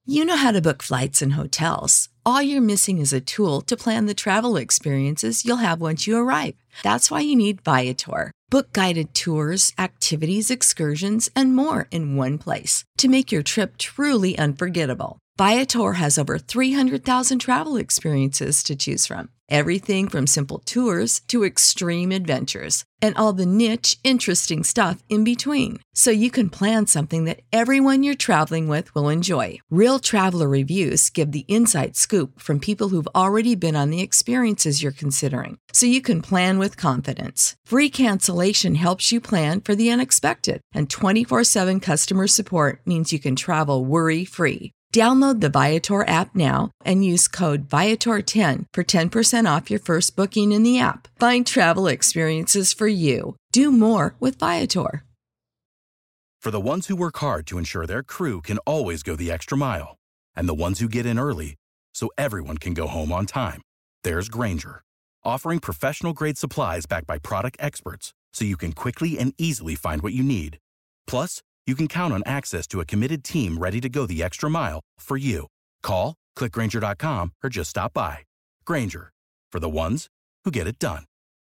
You know how to book flights and hotels. All you're missing is a tool to plan the travel experiences you'll have once you arrive. That's why you need Viator. Book guided tours, activities, excursions, and more in one place to make your trip truly unforgettable. Viator has over 300,000 travel experiences to choose from. Everything from simple tours to extreme adventures and all the niche, interesting stuff in between. So you can plan something that everyone you're traveling with will enjoy. Real traveler reviews give the inside scoop from people who've already been on the experiences you're considering. So you can plan with confidence. Free cancellation helps you plan for the unexpected. And 24/7 customer support means you can travel worry-free. Download the Viator app now and use code Viator10 for 10% off your first booking in the app. Find travel experiences for you. Do more with Viator. For the ones who work hard to ensure their crew can always go the extra mile, and the ones who get in early so everyone can go home on time, there's Grainger, offering professional-grade supplies backed by product experts so you can quickly and easily find what you need. Plus, you can count on access to a committed team ready to go the extra mile for you. Call, click Grainger.com, or just stop by. Grainger, for the ones who get it done.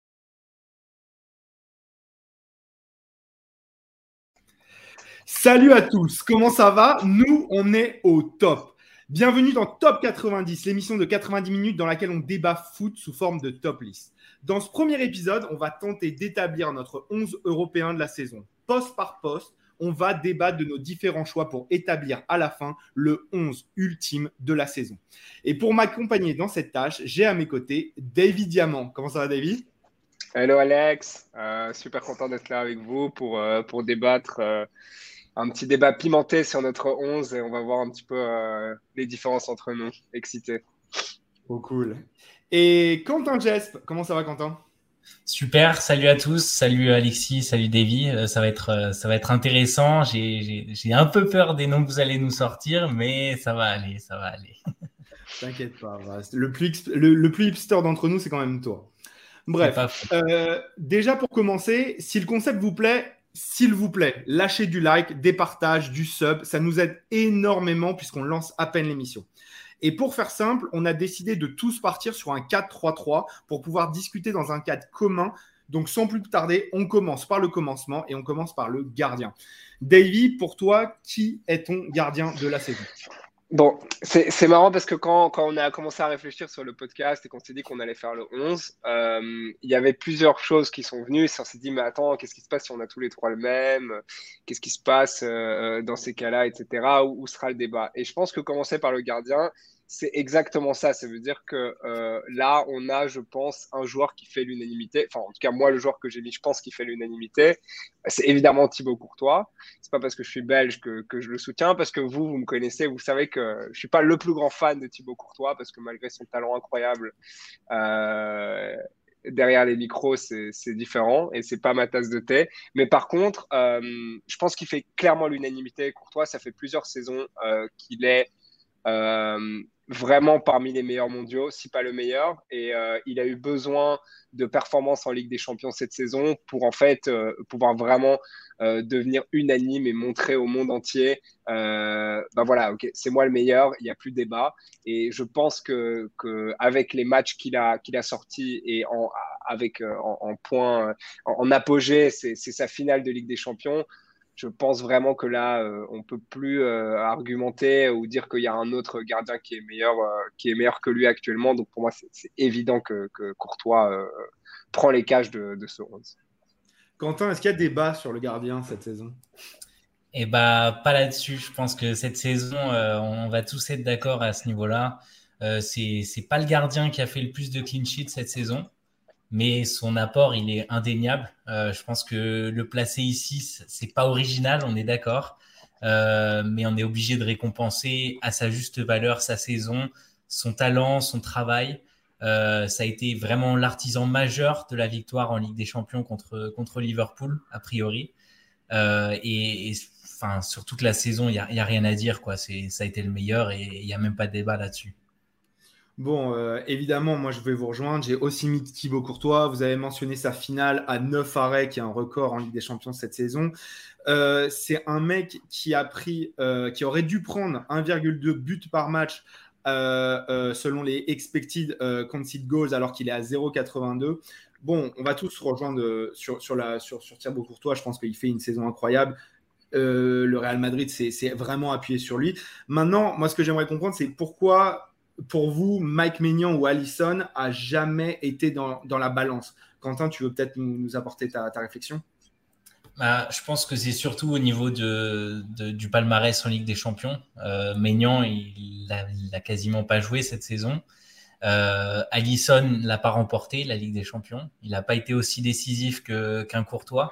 Salut à tous, comment ça va? Nous, on est au top. Bienvenue dans Top 90, l'émission de 90 minutes dans laquelle on débat foot sous forme de top list. Dans ce premier épisode, on va tenter d'établir notre 11 européen de la saison. Poste par poste, on va débattre de nos différents choix pour établir à la fin le 11 ultime de la saison. Et pour m'accompagner dans cette tâche, j'ai à mes côtés Davy Diamant. Comment ça va, Davy? Hello Alex, super content d'être là avec vous pour débattre un petit débat pimenté sur notre 11 et on va voir un petit peu les différences entre nous. Excité. Oh cool. Et Quentin Jesp, comment ça va Quentin? Super, salut à tous, salut Alexis, salut Davy, ça va être intéressant. J'ai un peu peur des noms que vous allez nous sortir, mais ça va aller. T'inquiète pas, le plus hipster d'entre nous, c'est quand même toi. Bref, déjà pour commencer, si le concept vous plaît, s'il vous plaît, lâchez du like, des partages, du sub, ça nous aide énormément puisqu'on lance à peine l'émission. Et pour faire simple, on a décidé de tous partir sur un 4-3-3 pour pouvoir discuter dans un cadre commun. Donc, sans plus tarder, on commence par le commencement et on commence par le gardien. Davy, pour toi, qui est ton gardien de la saison? Bon, c'est marrant parce que quand on a commencé à réfléchir sur le podcast et qu'on s'est dit qu'on allait faire le 11, il y avait plusieurs choses qui sont venues. On s'est dit, mais attends, qu'est-ce qui se passe si on a tous les trois le même? Qu'est-ce qui se passe dans ces cas-là, etc. Où sera le débat? Et je pense que commencer par le gardien, c'est exactement ça. Ça veut dire que là, on a, je pense, un joueur qui fait l'unanimité. Enfin, en tout cas, moi, le joueur que j'ai mis, je pense qu'il fait l'unanimité. C'est évidemment Thibaut Courtois. C'est pas parce que je suis belge que je le soutiens, parce que vous me connaissez, vous savez que je suis pas le plus grand fan de Thibaut Courtois, parce que malgré son talent incroyable, derrière les micros, c'est différent et c'est pas ma tasse de thé. Mais par contre, je pense qu'il fait clairement l'unanimité. Courtois, ça fait plusieurs saisons qu'il est vraiment parmi les meilleurs mondiaux, si pas le meilleur. Et il a eu besoin de performances en Ligue des Champions cette saison pour en fait pouvoir vraiment devenir unanime et montrer au monde entier voilà, ok, c'est moi le meilleur, il n'y a plus de débat. Et je pense que avec les matchs qu'il a sortis et en point, en apogée, c'est sa finale de Ligue des Champions. Je pense vraiment que là, on peut plus argumenter ou dire qu'il y a un autre gardien qui est meilleur que lui actuellement. Donc pour moi, c'est évident que Courtois prend les cages de ce 11. Quentin, est-ce qu'il y a débat sur le gardien cette saison? Eh bah, pas là-dessus. Je pense que cette saison, on va tous être d'accord à ce niveau-là. C'est pas le gardien qui a fait le plus de clean sheets cette saison, mais son apport, il est indéniable. Je pense que le placer ici, c'est pas original, on est d'accord. Mais on est obligé de récompenser à sa juste valeur sa saison, son talent, son travail. Ça a été vraiment l'artisan majeur de la victoire en Ligue des Champions contre Liverpool, a priori. Et enfin, sur toute la saison, il y a rien à dire, quoi. Ça a été le meilleur et il n'y a même pas de débat là-dessus. Bon, évidemment, moi je vais vous rejoindre. J'ai aussi mis Thibaut Courtois. Vous avez mentionné sa finale à 9 arrêts, qui est un record en Ligue des Champions cette saison. C'est un mec qui qui aurait dû prendre 1,2 buts par match selon les expected conceded goals, alors qu'il est à 0,82. Bon, on va tous se rejoindre sur Thibaut Courtois. Je pense qu'il fait une saison incroyable. Le Real Madrid c'est vraiment appuyé sur lui. Maintenant, moi, ce que j'aimerais comprendre, c'est pourquoi, pour vous, Mike Maignan ou Alisson a jamais été dans la balance. Quentin, tu veux peut-être nous apporter ta réflexion? Je pense que c'est surtout au niveau du palmarès en Ligue des Champions. Maignan, il a quasiment pas joué cette saison. Alisson l'a pas remporté, la Ligue des Champions. Il n'a pas été aussi décisif qu'un Courtois.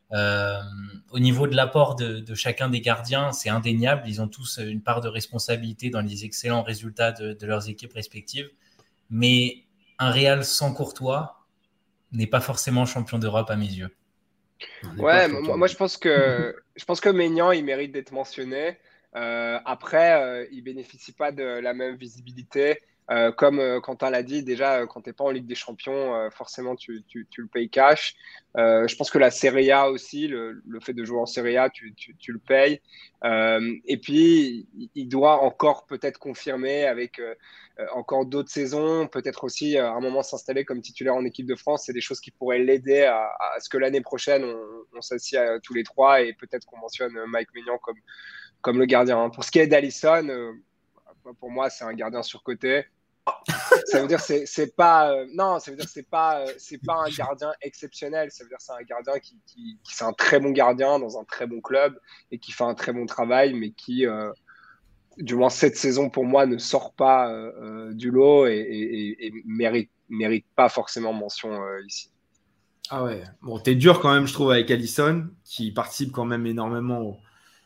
Au niveau de l'apport de chacun des gardiens, c'est indéniable. Ils ont tous une part de responsabilité dans les excellents résultats de leurs équipes respectives. Mais un Real sans Courtois n'est pas forcément champion d'Europe à mes yeux. Ouais, moi je pense que Maignan, il mérite d'être mentionné. Après, il bénéficie pas de la même visibilité. Comme Quentin l'a dit, déjà, quand tu n'es pas en Ligue des Champions, forcément, tu le payes cash. Je pense que la Serie A aussi, le fait de jouer en Serie A, tu le payes. Et puis, il doit encore peut-être confirmer avec encore d'autres saisons, peut-être aussi à un moment s'installer comme titulaire en équipe de France. C'est des choses qui pourraient l'aider à ce que l'année prochaine, on s'assied tous les trois et peut-être qu'on mentionne Mike Maignan comme le gardien. Pour ce qui est d'Alisson, pour moi, c'est un gardien surcoté. Ça veut dire c'est pas non, ça veut dire c'est pas un gardien exceptionnel. Ça veut dire c'est un gardien qui c'est un très bon gardien dans un très bon club et qui fait un très bon travail, mais qui du moins cette saison pour moi ne sort pas du lot et mérite pas forcément mention ici. Ah ouais, bon, t'es dur quand même, je trouve, avec Alisson, qui participe quand même énormément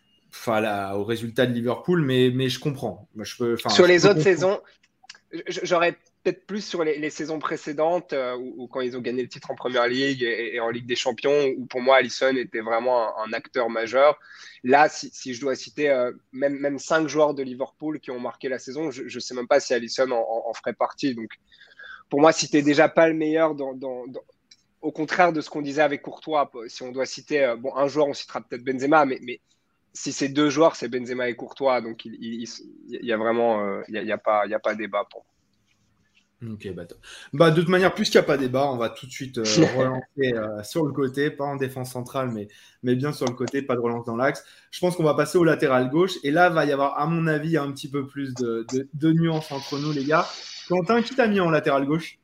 au résultat de Liverpool, mais je comprends. Sur les autres saisons, j'aurais peut-être plus sur les saisons précédentes où quand ils ont gagné le titre en Première Ligue et en Ligue des Champions, où pour moi Alisson était vraiment un acteur majeur. Là, si je dois citer même 5 joueurs de Liverpool qui ont marqué la saison, je ne sais même pas si Alisson en ferait partie. Donc pour moi, si tu n'es déjà pas le meilleur au contraire de ce qu'on disait avec Courtois, si on doit citer un joueur, on citera peut-être Benzema, mais si c'est 2 joueurs, c'est Benzema et Courtois, donc il y a vraiment il y a pas débat pour moi. Ok, de toute manière, plus qu'il n'y a pas débat, on va tout de suite relancer sur le côté, pas en défense centrale, mais bien sur le côté, pas de relance dans l'axe. Je pense qu'on va passer au latéral gauche, et là, va y avoir, à mon avis, un petit peu plus de nuances entre nous, les gars. Quentin, qui t'a mis en latéral gauche?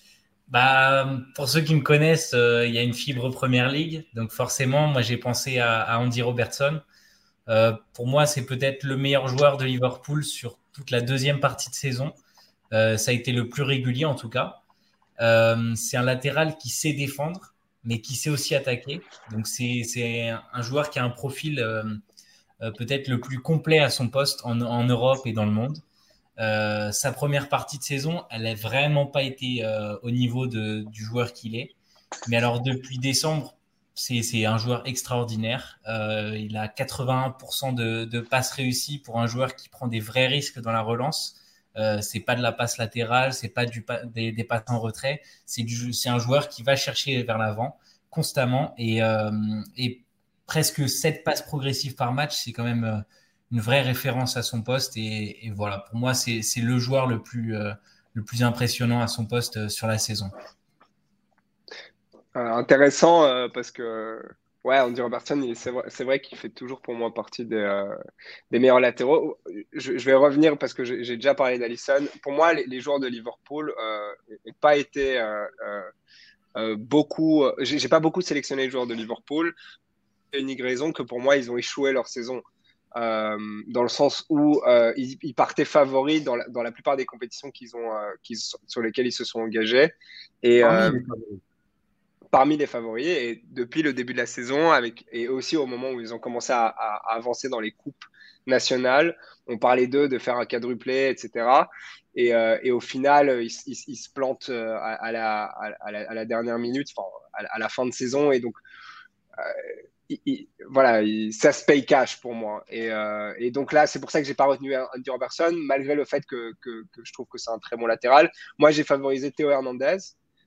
Pour ceux qui me connaissent, il y a une fibre Première Ligue, donc forcément, moi j'ai pensé à Andy Robertson. Pour moi, c'est peut-être le meilleur joueur de Liverpool sur toute la deuxième partie de saison. Ça a été le plus régulier en tout cas. C'est un latéral qui sait défendre, mais qui sait aussi attaquer. Donc c'est un joueur qui a un profil peut-être le plus complet à son poste en Europe et dans le monde. Sa première partie de saison, elle n'a vraiment pas été au niveau du joueur qu'il est. Mais alors depuis décembre, c'est un joueur extraordinaire. Il a 81% de passes réussies pour un joueur qui prend des vrais risques dans la relance. C'est pas de la passe latérale, c'est pas des passes en retrait. C'est un joueur qui va chercher vers l'avant constamment et presque 7 passes progressives par match. C'est quand même une vraie référence à son poste et voilà. Pour moi, c'est le joueur le plus impressionnant à son poste sur la saison. Intéressant parce que Andy Robertson, c'est vrai qu'il fait toujours pour moi partie des meilleurs latéraux. Je vais revenir parce que j'ai déjà parlé d'Alisson. Pour moi, les joueurs de Liverpool n'ont pas été beaucoup. J'ai pas beaucoup sélectionné les joueurs de Liverpool. Unique raison que pour moi, ils ont échoué leur saison. Dans le sens où ils partaient favoris dans la plupart des compétitions sur lesquelles ils se sont engagés. Et parmi les favoris, et depuis le début de la saison, et aussi au moment où ils ont commencé à avancer dans les coupes nationales, on parlait d'eux de faire un quadruplé, etc. Et au final, ils se plantent à la dernière minute, à la fin de saison. Et donc, voilà, ça se paye cash pour moi. Et donc là, c'est pour ça que j'ai pas retenu Andy Robertson, malgré le fait que je trouve que c'est un très bon latéral. Moi, j'ai favorisé Théo Hernandez.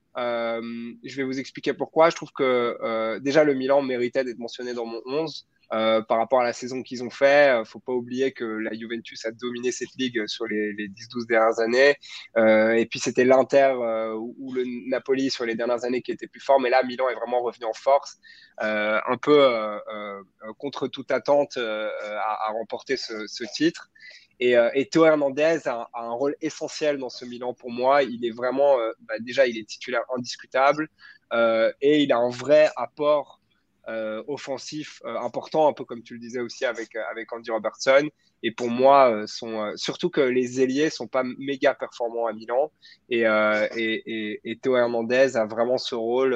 Je vais vous expliquer pourquoi. Je trouve que déjà le Milan méritait d'être mentionné dans mon 11. Par rapport à la saison qu'ils ont fait, faut pas oublier que la Juventus a dominé cette ligue sur les 10-12 dernières années. Et puis c'était l'Inter ou le Napoli sur les dernières années qui était plus fort. Mais là, Milan est vraiment revenu en force, un peu contre toute attente à remporter ce titre. Et Théo Hernandez a un rôle essentiel dans ce Milan pour moi. Il est vraiment, déjà, il est titulaire indiscutable et il a un vrai apport offensif important, un peu comme tu le disais aussi avec Andy Robertson. Et pour moi, surtout que les ailiers sont pas méga performants à Milan. Et Théo Hernandez a vraiment ce rôle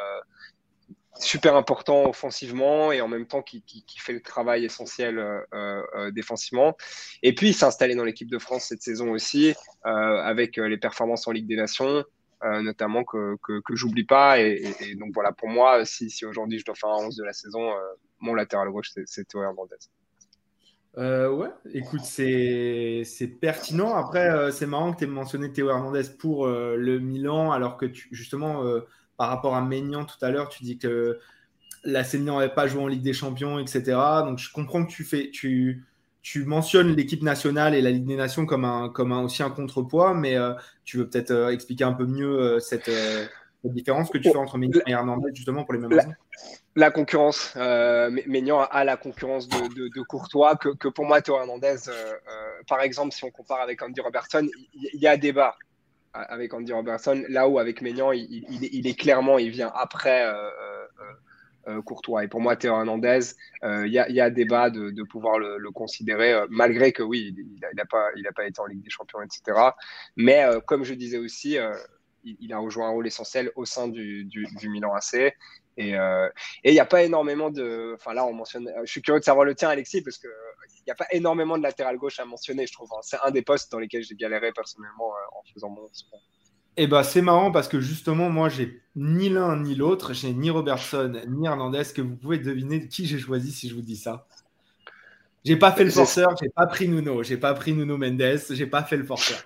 super important offensivement et en même temps qui fait le travail essentiel défensivement. Et puis, il s'est installé dans l'équipe de France cette saison aussi, avec les performances en Ligue des Nations, notamment que j'oublie pas. Et donc voilà, pour moi, si aujourd'hui je dois faire un 11 de la saison, mon latéral gauche, c'est Théo Hernandez. Ouais, écoute, c'est pertinent. Après, c'est marrant que tu aies mentionné Théo Hernandez pour le Milan, alors que justement, par rapport à Maignan tout à l'heure, tu dis que l'AC Milan n'avait pas joué en Ligue des Champions, etc. Donc, je comprends que tu mentionnes l'équipe nationale et la Ligue des Nations comme aussi un contrepoids, mais tu veux peut-être expliquer un peu mieux cette différence que tu fais entre Maignan et Hernandez, justement, pour les mêmes raisons. La concurrence, Maignan a la concurrence de Courtois que pour moi, Théo Hernandez, par exemple, si on compare avec Andy Robertson, il y a débat avec Andy Robertson, là où avec Maignan, il est clairement, il vient après Courtois. Et pour moi, Théo Hernandez, il y a débat de pouvoir le considérer, malgré que oui, il n'a pas été en Ligue des Champions, etc. Mais comme je disais aussi, il a joué un rôle essentiel au sein du Milan AC. Et il n'y a pas énormément de. Enfin, là, on mentionne. Je suis curieux de savoir le tien, Alexis, parce qu'il n'y a pas énormément de latéral gauche à mentionner, je trouve. C'est un des postes dans lesquels j'ai galéré personnellement en faisant mon sport. Eh ben, c'est marrant parce que justement, moi, j'ai ni l'un ni l'autre. J'ai ni Robertson ni Hernandez. Est-ce que vous pouvez deviner qui j'ai choisi si je vous dis ça? J'ai pas fait le forceur, j'ai pas pris Nuno Mendes, j'ai pas fait le forceur.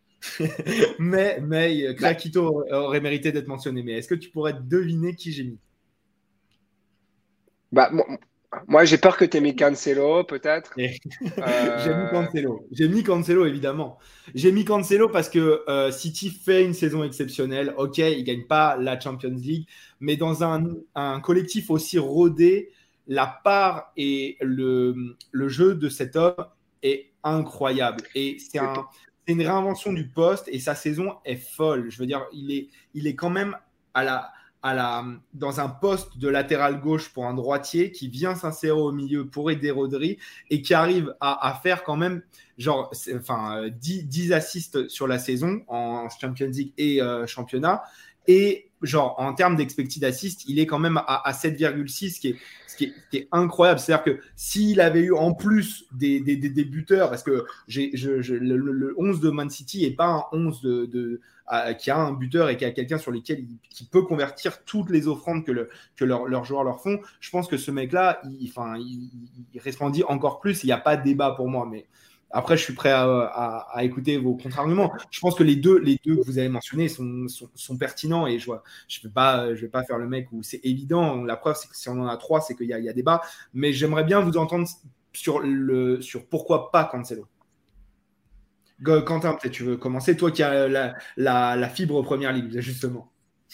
mais Craquito aurait mérité d'être mentionné. Mais est-ce que tu pourrais deviner qui j'ai mis? Moi, j'ai peur que tu aies mis Cancelo, peut-être. J'ai mis Cancelo, évidemment. J'ai mis Cancelo parce que City fait une saison exceptionnelle. Ok, il ne gagne pas la Champions League, mais dans un collectif aussi rodé, la part et le jeu de cet homme est incroyable. Et c'est une réinvention du poste et sa saison est folle. Je veux dire, il est quand même dans un poste de latéral gauche pour un droitier qui vient s'insérer au milieu pour aider Rodri et qui arrive à faire quand même 10 assists sur la saison en Champions League et championnat. Et en termes d'expected assist, il est quand même à 7,6, ce qui est incroyable. C'est-à-dire que s'il avait eu en plus des buteurs, parce que le 11 de Man City n'est pas un 11 qui a un buteur et qui a quelqu'un sur lequel qui peut convertir toutes les offrandes que leurs joueurs leur font. Je pense que ce mec-là, il resplendit encore plus. Il n'y a pas de débat pour moi, mais après, je suis prêt à écouter vos contre-arguments. Je pense que les deux que vous avez mentionnés sont pertinents et je vais pas faire le mec où c'est évident. La preuve, c'est que si on en a trois, c'est qu'il y a débat. Mais j'aimerais bien vous entendre sur pourquoi pas Cancelo. Quentin, peut-être tu veux commencer, toi qui as la fibre Première Ligue, justement.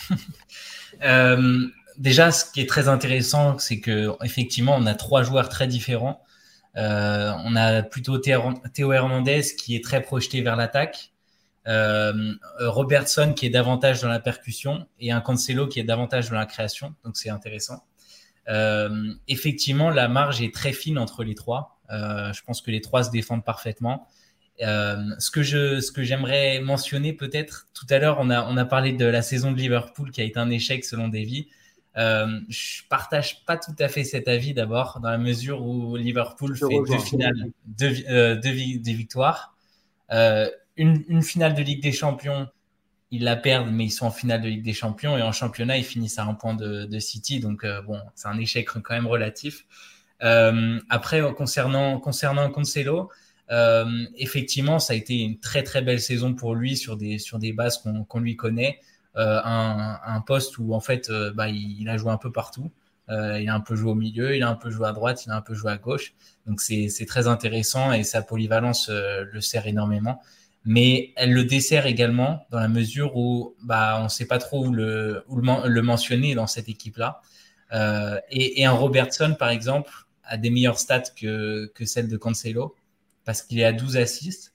Déjà, ce qui est très intéressant, c'est qu'effectivement, on a trois joueurs très différents. On a plutôt Théo Hernandez qui est très projeté vers l'attaque, Robertson qui est davantage dans la percussion et un Cancelo qui est davantage dans la création. Donc, c'est intéressant. Effectivement, la marge est très fine entre les trois. Je pense que les trois se défendent parfaitement. Ce que j'aimerais mentionner peut-être tout à l'heure, on a parlé de la saison de Liverpool qui a été un échec selon Davy. Je partage pas tout à fait cet avis d'abord dans la mesure où Liverpool fait deux finales, deux victoires, une finale de Ligue des Champions ils la perdent, mais ils sont en finale de Ligue des Champions. Et en championnat, ils finissent à 1 point de City. Donc, bon, c'est un échec quand même relatif. Après, concernant Cancelo, effectivement, ça a été une très très belle saison pour lui sur des bases qu'on lui connaît. Un poste où en fait, il a joué un peu partout. Il a un peu joué au milieu, il a un peu joué à droite, il a un peu joué à gauche. Donc c'est très intéressant et sa polyvalence le sert énormément. Mais elle le dessert également dans la mesure où on ne sait pas trop où le mentionner dans cette équipe-là. Et un Robertson, par exemple, a des meilleures stats que celle de Cancelo parce qu'il est à 12 assists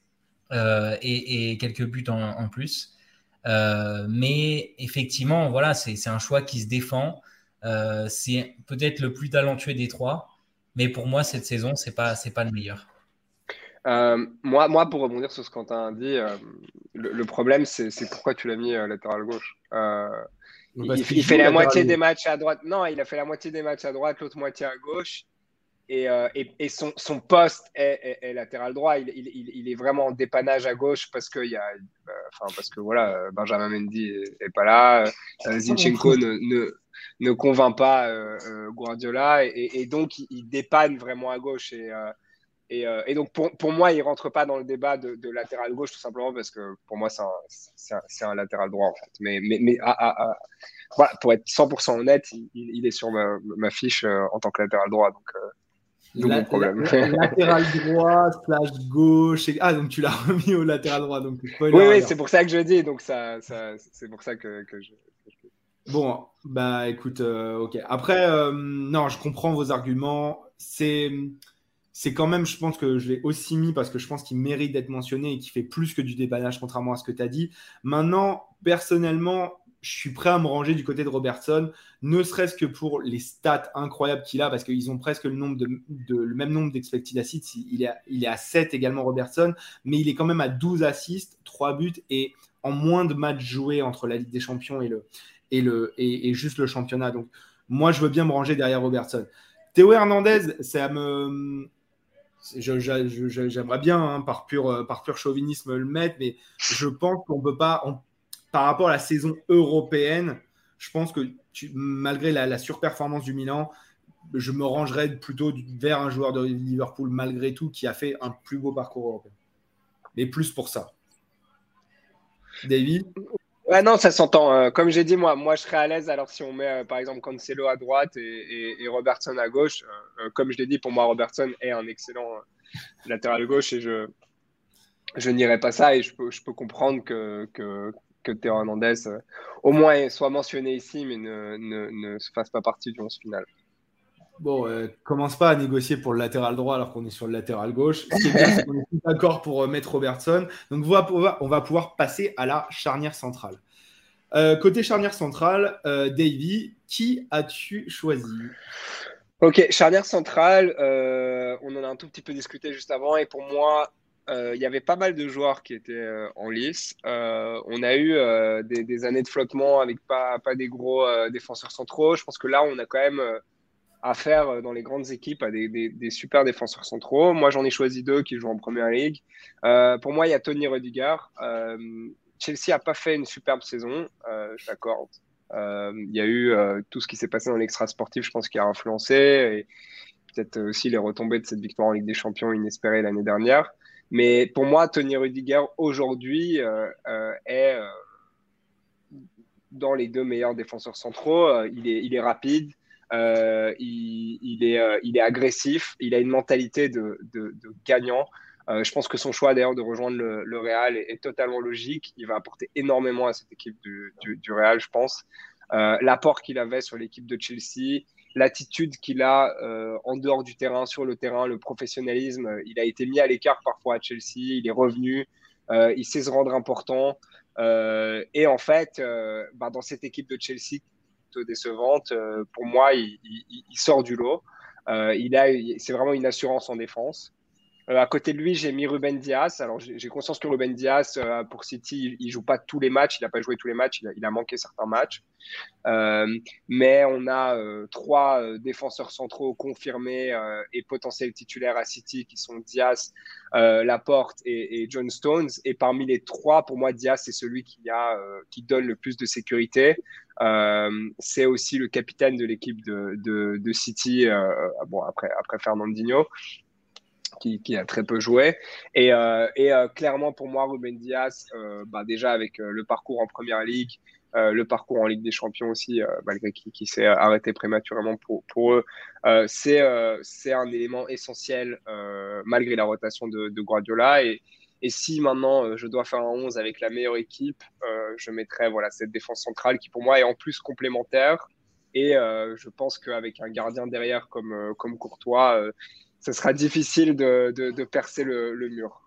et quelques buts en plus. Mais effectivement, voilà, c'est un choix qui se défend. C'est peut-être le plus talentueux des trois, mais pour moi, cette saison, c'est pas le meilleur. Moi, pour rebondir sur ce que Quentin a dit, le problème, c'est pourquoi tu l'as mis latéral gauche. Il fait la moitié des matchs à droite. Non, il a fait la moitié des matchs à droite, l'autre moitié à gauche. Et son poste est latéral droit. Il est vraiment en dépannage à gauche parce que voilà, Benjamin Mendy est pas là. Zinchenko ne convainc pas Guardiola et donc il dépanne vraiment à gauche. Et donc pour moi, il rentre pas dans le débat de latéral gauche tout simplement parce que pour moi c'est un latéral droit en fait. Mais voilà, pour être 100% honnête, il est sur ma fiche en tant que latéral droit. Donc mon problème. Latéral droit / gauche. Donc tu l'as remis au latéral droit. Donc oui, c'est pour ça que je dis. Donc c'est pour ça que je. Bon, écoute, ok. Après, non, je comprends vos arguments. C'est quand même, je pense que je l'ai aussi mis parce que je pense qu'il mérite d'être mentionné et qu'il fait plus que du dépannage, contrairement à ce que tu as dit. Maintenant, personnellement, je suis prêt à me ranger du côté de Robertson, ne serait-ce que pour les stats incroyables qu'il a, parce qu'ils ont presque le même nombre d'expected assists. Il est à 7 également, Robertson, mais il est quand même à 12 assists, 3 buts, et en moins de matchs joués entre la Ligue des Champions et juste le championnat. Donc, moi, je veux bien me ranger derrière Robertson. Théo Hernandez, j'aimerais bien, par pur chauvinisme, le mettre, mais je pense qu'on ne peut pas, par rapport à la saison européenne, je pense que malgré la surperformance du Milan, je me rangerais plutôt vers un joueur de Liverpool, malgré tout, qui a fait un plus beau parcours européen. Mais plus pour ça. David ? Ouais, non, ça s'entend. Comme j'ai dit, moi, je serais à l'aise. Alors, si on met, par exemple, Cancelo à droite et Robertson à gauche, comme je l'ai dit, pour moi, Robertson est un excellent latéral gauche et je n'irai pas ça. Et je peux comprendre que Théo Hernandez, au moins, soit mentionné ici, mais ne fasse pas partie du 11 final. Bon, commence pas à négocier pour le latéral droit alors qu'on est sur le latéral gauche. Ce qui est bien, c'est qu'on est tous d'accord pour mettre Robertson. Donc, on va pouvoir passer à la charnière centrale. Côté charnière centrale, Davy, qui as-tu choisi ? Ok, charnière centrale, on en a un tout petit peu discuté juste avant. Et pour moi, il y avait pas mal de joueurs qui étaient en lice. On a eu des années de flottement avec pas des gros défenseurs centraux. Je pense que là, on a quand même affaire dans les grandes équipes à des super défenseurs centraux. Moi, j'en ai choisi 2 qui jouent en Première Ligue. Pour moi, il y a Tony Rudiger. Chelsea n'a pas fait une superbe saison, je l'accorde. Il y a eu tout ce qui s'est passé dans l'extra-sportif, je pense, qui a influencé. Et peut-être aussi les retombées de cette victoire en Ligue des Champions inespérée l'année dernière. Mais pour moi, Tony Rudiger, aujourd'hui, est dans les 2 meilleurs défenseurs centraux. Il est rapide. Il est agressif, il a une mentalité de gagnant. Je pense que son choix d'ailleurs de rejoindre le Real est totalement logique. Il va apporter énormément à cette équipe du Real, je pense. L'apport qu'il avait sur l'équipe de Chelsea, l'attitude qu'il a en dehors du terrain, sur le terrain, le professionnalisme. Il a été mis à l'écart parfois à Chelsea, il est revenu, il sait se rendre important. Et en fait, dans cette équipe de Chelsea décevante, pour moi, il sort du lot. C'est vraiment une assurance en défense. À côté de lui, j'ai mis Ruben Dias. Alors, j'ai conscience que Ruben Dias, pour City, il joue pas tous les matchs. Il n'a pas joué tous les matchs. Il a manqué certains matchs. Mais on a 3 défenseurs centraux confirmés et potentiels titulaires à City qui sont Dias, Laporte et John Stones. Et parmi les 3, pour moi, Dias c'est celui qui donne le plus de sécurité. C'est aussi le capitaine de l'équipe de City, après Fernandinho. Qui a très peu joué. Et clairement, pour moi, Ruben Dias, déjà avec le parcours en Première Ligue, le parcours en Ligue des Champions aussi, malgré qu'il s'est arrêté prématurément pour eux, c'est un élément essentiel malgré la rotation de Guardiola. Et si maintenant je dois faire un 11 avec la meilleure équipe, je mettrais cette défense centrale qui pour moi est en plus complémentaire. Et je pense qu'avec un gardien derrière comme Courtois, ce sera difficile de percer le mur.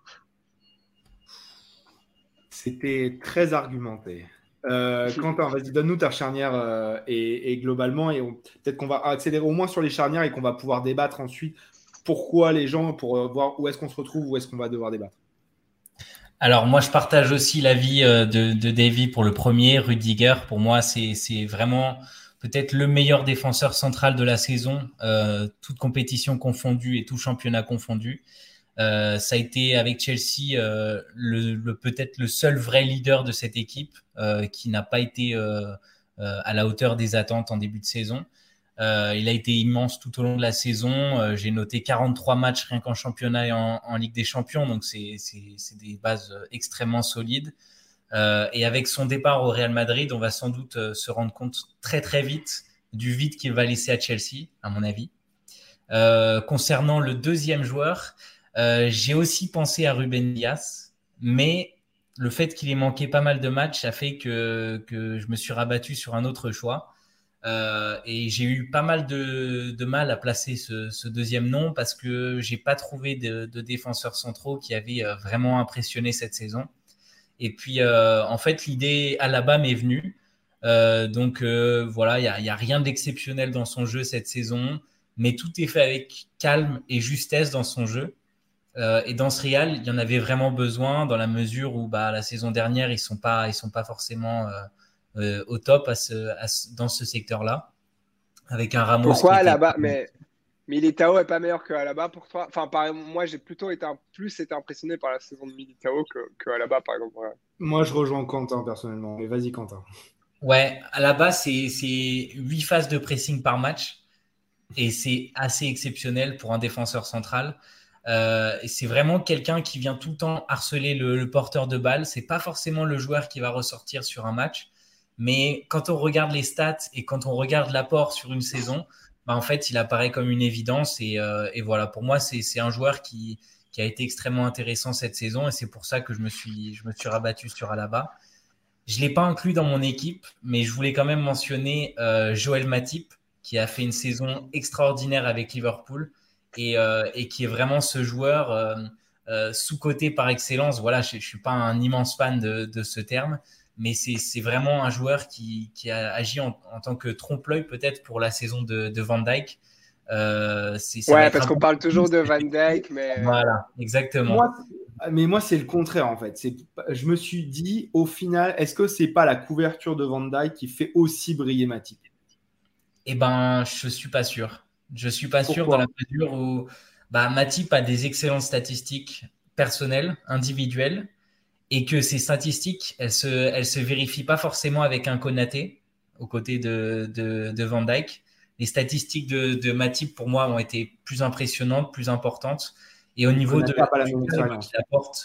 C'était très argumenté. Quentin, vas-y, donne-nous ta charnière et globalement, et peut-être qu'on va accélérer au moins sur les charnières et qu'on va pouvoir débattre ensuite pourquoi les gens, pour voir où est-ce qu'on se retrouve, où est-ce qu'on va devoir débattre. Alors moi, je partage aussi l'avis de Davy pour le premier. Rudiger, pour moi, c'est vraiment peut-être le meilleur défenseur central de la saison, toute compétition confondue et tout championnat confondu. Ça a été avec Chelsea peut-être le seul vrai leader de cette équipe qui n'a pas été à la hauteur des attentes en début de saison. Il a été immense tout au long de la saison. J'ai noté 43 matchs rien qu'en championnat et en Ligue des Champions, donc c'est des bases extrêmement solides. Et avec son départ au Real Madrid, on va sans doute se rendre compte très très vite du vide qu'il va laisser à Chelsea, à mon avis. Concernant le deuxième joueur, j'ai aussi pensé à Ruben Dias, mais le fait qu'il ait manqué pas mal de matchs a fait que je me suis rabattu sur un autre choix. Et j'ai eu pas mal de mal à placer ce deuxième nom parce que j'ai pas trouvé de défenseurs centraux qui avaient vraiment impressionné cette saison. Et puis, en fait, l'idée Alaba m'est venue. Voilà, il y a rien d'exceptionnel dans son jeu cette saison, mais tout est fait avec calme et justesse dans son jeu. Et dans ce Real, il y en avait vraiment besoin dans la mesure où la saison dernière, ils sont pas forcément au top dans ce secteur-là, avec un Ramos. Pourquoi Alaba mais Militao est pas meilleur que Alaba pour toi? Enfin, moi, j'ai plutôt été impressionné par la saison de Militao que Alaba, par exemple. Ouais. Moi, je rejoins Quentin personnellement, mais vas-y Quentin. Ouais, Alaba, c'est 8 phases de pressing par match et c'est assez exceptionnel pour un défenseur central. C'est vraiment quelqu'un qui vient tout le temps harceler le porteur de balle. C'est pas forcément le joueur qui va ressortir sur un match, mais quand on regarde les stats et quand on regarde l'apport sur une saison, en fait, il apparaît comme une évidence. Et voilà, pour moi, c'est un joueur qui a été extrêmement intéressant cette saison et c'est pour ça que je me suis rabattu sur Alaba. Je l'ai pas inclus dans mon équipe, mais je voulais quand même mentionner Joël Matip, qui a fait une saison extraordinaire avec Liverpool et qui est vraiment ce joueur sous-coté par excellence. Voilà, je suis pas un immense fan de ce terme, mais c'est vraiment un joueur qui a agi en tant que trompe-l'œil peut-être pour la saison de Van Dijk. Parce qu'on parle toujours de Van Dijk, mais... Voilà, exactement. Moi, c'est le contraire, en fait. Je me suis dit, au final, est-ce que c'est pas la couverture de Van Dijk qui fait aussi briller Matip? Eh ben, je suis pas sûr. Je suis pas sûr dans la mesure où Matip a des excellentes statistiques personnelles, individuelles, et que ces statistiques, elles se vérifient pas forcément avec un Konaté aux côtés de Van Dijk. Les statistiques de Matip, pour moi, ont été plus impressionnantes, plus importantes. Et au niveau Konaté n'a pas la même expérience. Comment ?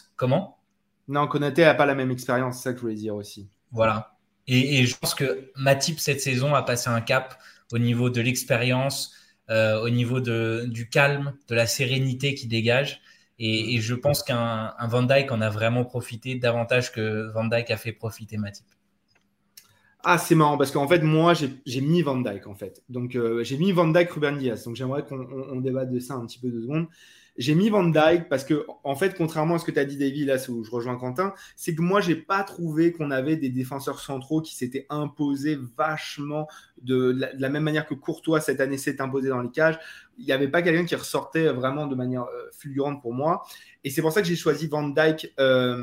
Non, Konaté n'a pas la même expérience, c'est ça que je voulais dire aussi. Voilà. Et je pense que Matip, cette saison, a passé un cap au niveau de l'expérience, au niveau du calme, de la sérénité qu'il dégage. Et je pense qu'un Van Dijk en a vraiment profité davantage que Van Dijk a fait profiter Matip. Ah, c'est marrant parce qu'en fait, moi, j'ai mis Van Dijk en fait. Donc, j'ai mis Van Dijk, Ruben Dias. Donc, j'aimerais qu'on débatte de ça un petit peu 2 secondes. j'ai mis Van Dijk parce que, en fait, contrairement à ce que tu as dit, Davy, là où je rejoins Quentin, c'est que moi, j'ai pas trouvé qu'on avait des défenseurs centraux qui s'étaient imposés vachement de la même manière que Courtois cette année s'est imposé dans les cages. Il n'y avait pas quelqu'un qui ressortait vraiment de manière fulgurante pour moi. Et c'est pour ça que j'ai choisi Van Dijk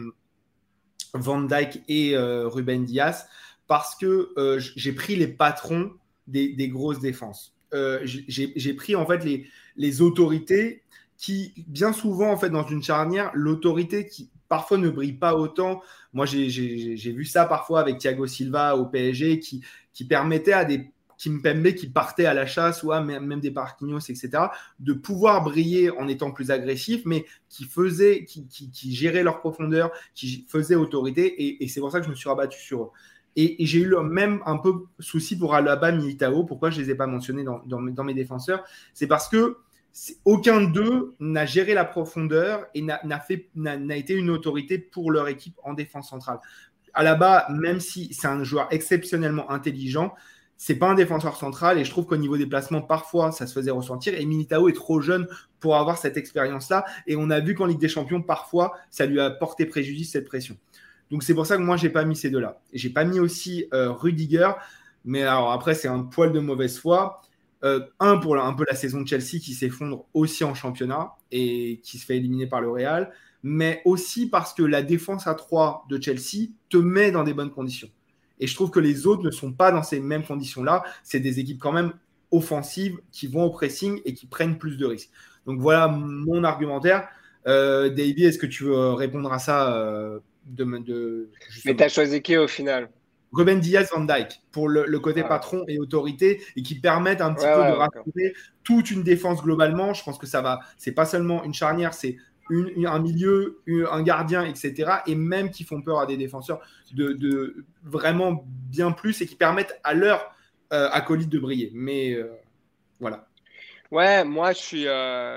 et Ruben Dias parce que j'ai pris les patrons des grosses défenses. J'ai pris en fait les autorités qui, bien souvent, en fait, dans une charnière, l'autorité qui parfois ne brille pas autant. Moi, j'ai vu ça parfois avec Thiago Silva au PSG qui permettait à des Kimpembe qui partaient à la chasse ou même des Marquinhos, etc., de pouvoir briller en étant plus agressif, mais qui géraient leur profondeur, qui faisaient autorité. Et c'est pour ça que je me suis rabattu sur eux. Et j'ai eu même un peu souci pour Alaba, Militao. Pourquoi je ne les ai pas mentionnés dans mes défenseurs? C'est parce que aucun d'eux n'a géré la profondeur et n'a été une autorité pour leur équipe en défense centrale. Alaba, même si c'est un joueur exceptionnellement intelligent, c'est pas un défenseur central et je trouve qu'au niveau des placements, parfois, ça se faisait ressentir. Et Militao est trop jeune pour avoir cette expérience-là. Et on a vu qu'en Ligue des Champions, parfois, ça lui a porté préjudice, cette pression. Donc, c'est pour ça que moi, j'ai pas mis ces deux-là. Et j'ai pas mis aussi Rudiger. Mais alors, après, c'est un poil de mauvaise foi. Pour un peu la saison de Chelsea qui s'effondre aussi en championnat et qui se fait éliminer par le Real, mais aussi parce que la défense à 3 de Chelsea te met dans des bonnes conditions. Et je trouve que les autres ne sont pas dans ces mêmes conditions-là. C'est des équipes quand même offensives qui vont au pressing et qui prennent plus de risques. Donc voilà mon argumentaire. Davy, est-ce que tu veux répondre à ça Mais tu as choisi qui au final? Ruben Dias, Van Dijk, pour le côté patron et autorité, et qui permettent un petit peu de rassurer toute une défense globalement. Je pense que ça va, c'est pas seulement une charnière, c'est un milieu, un gardien, etc. Et même qui font peur à des défenseurs de vraiment bien plus et qui permettent à leur acolyte de briller. Mais voilà. Ouais, moi je suis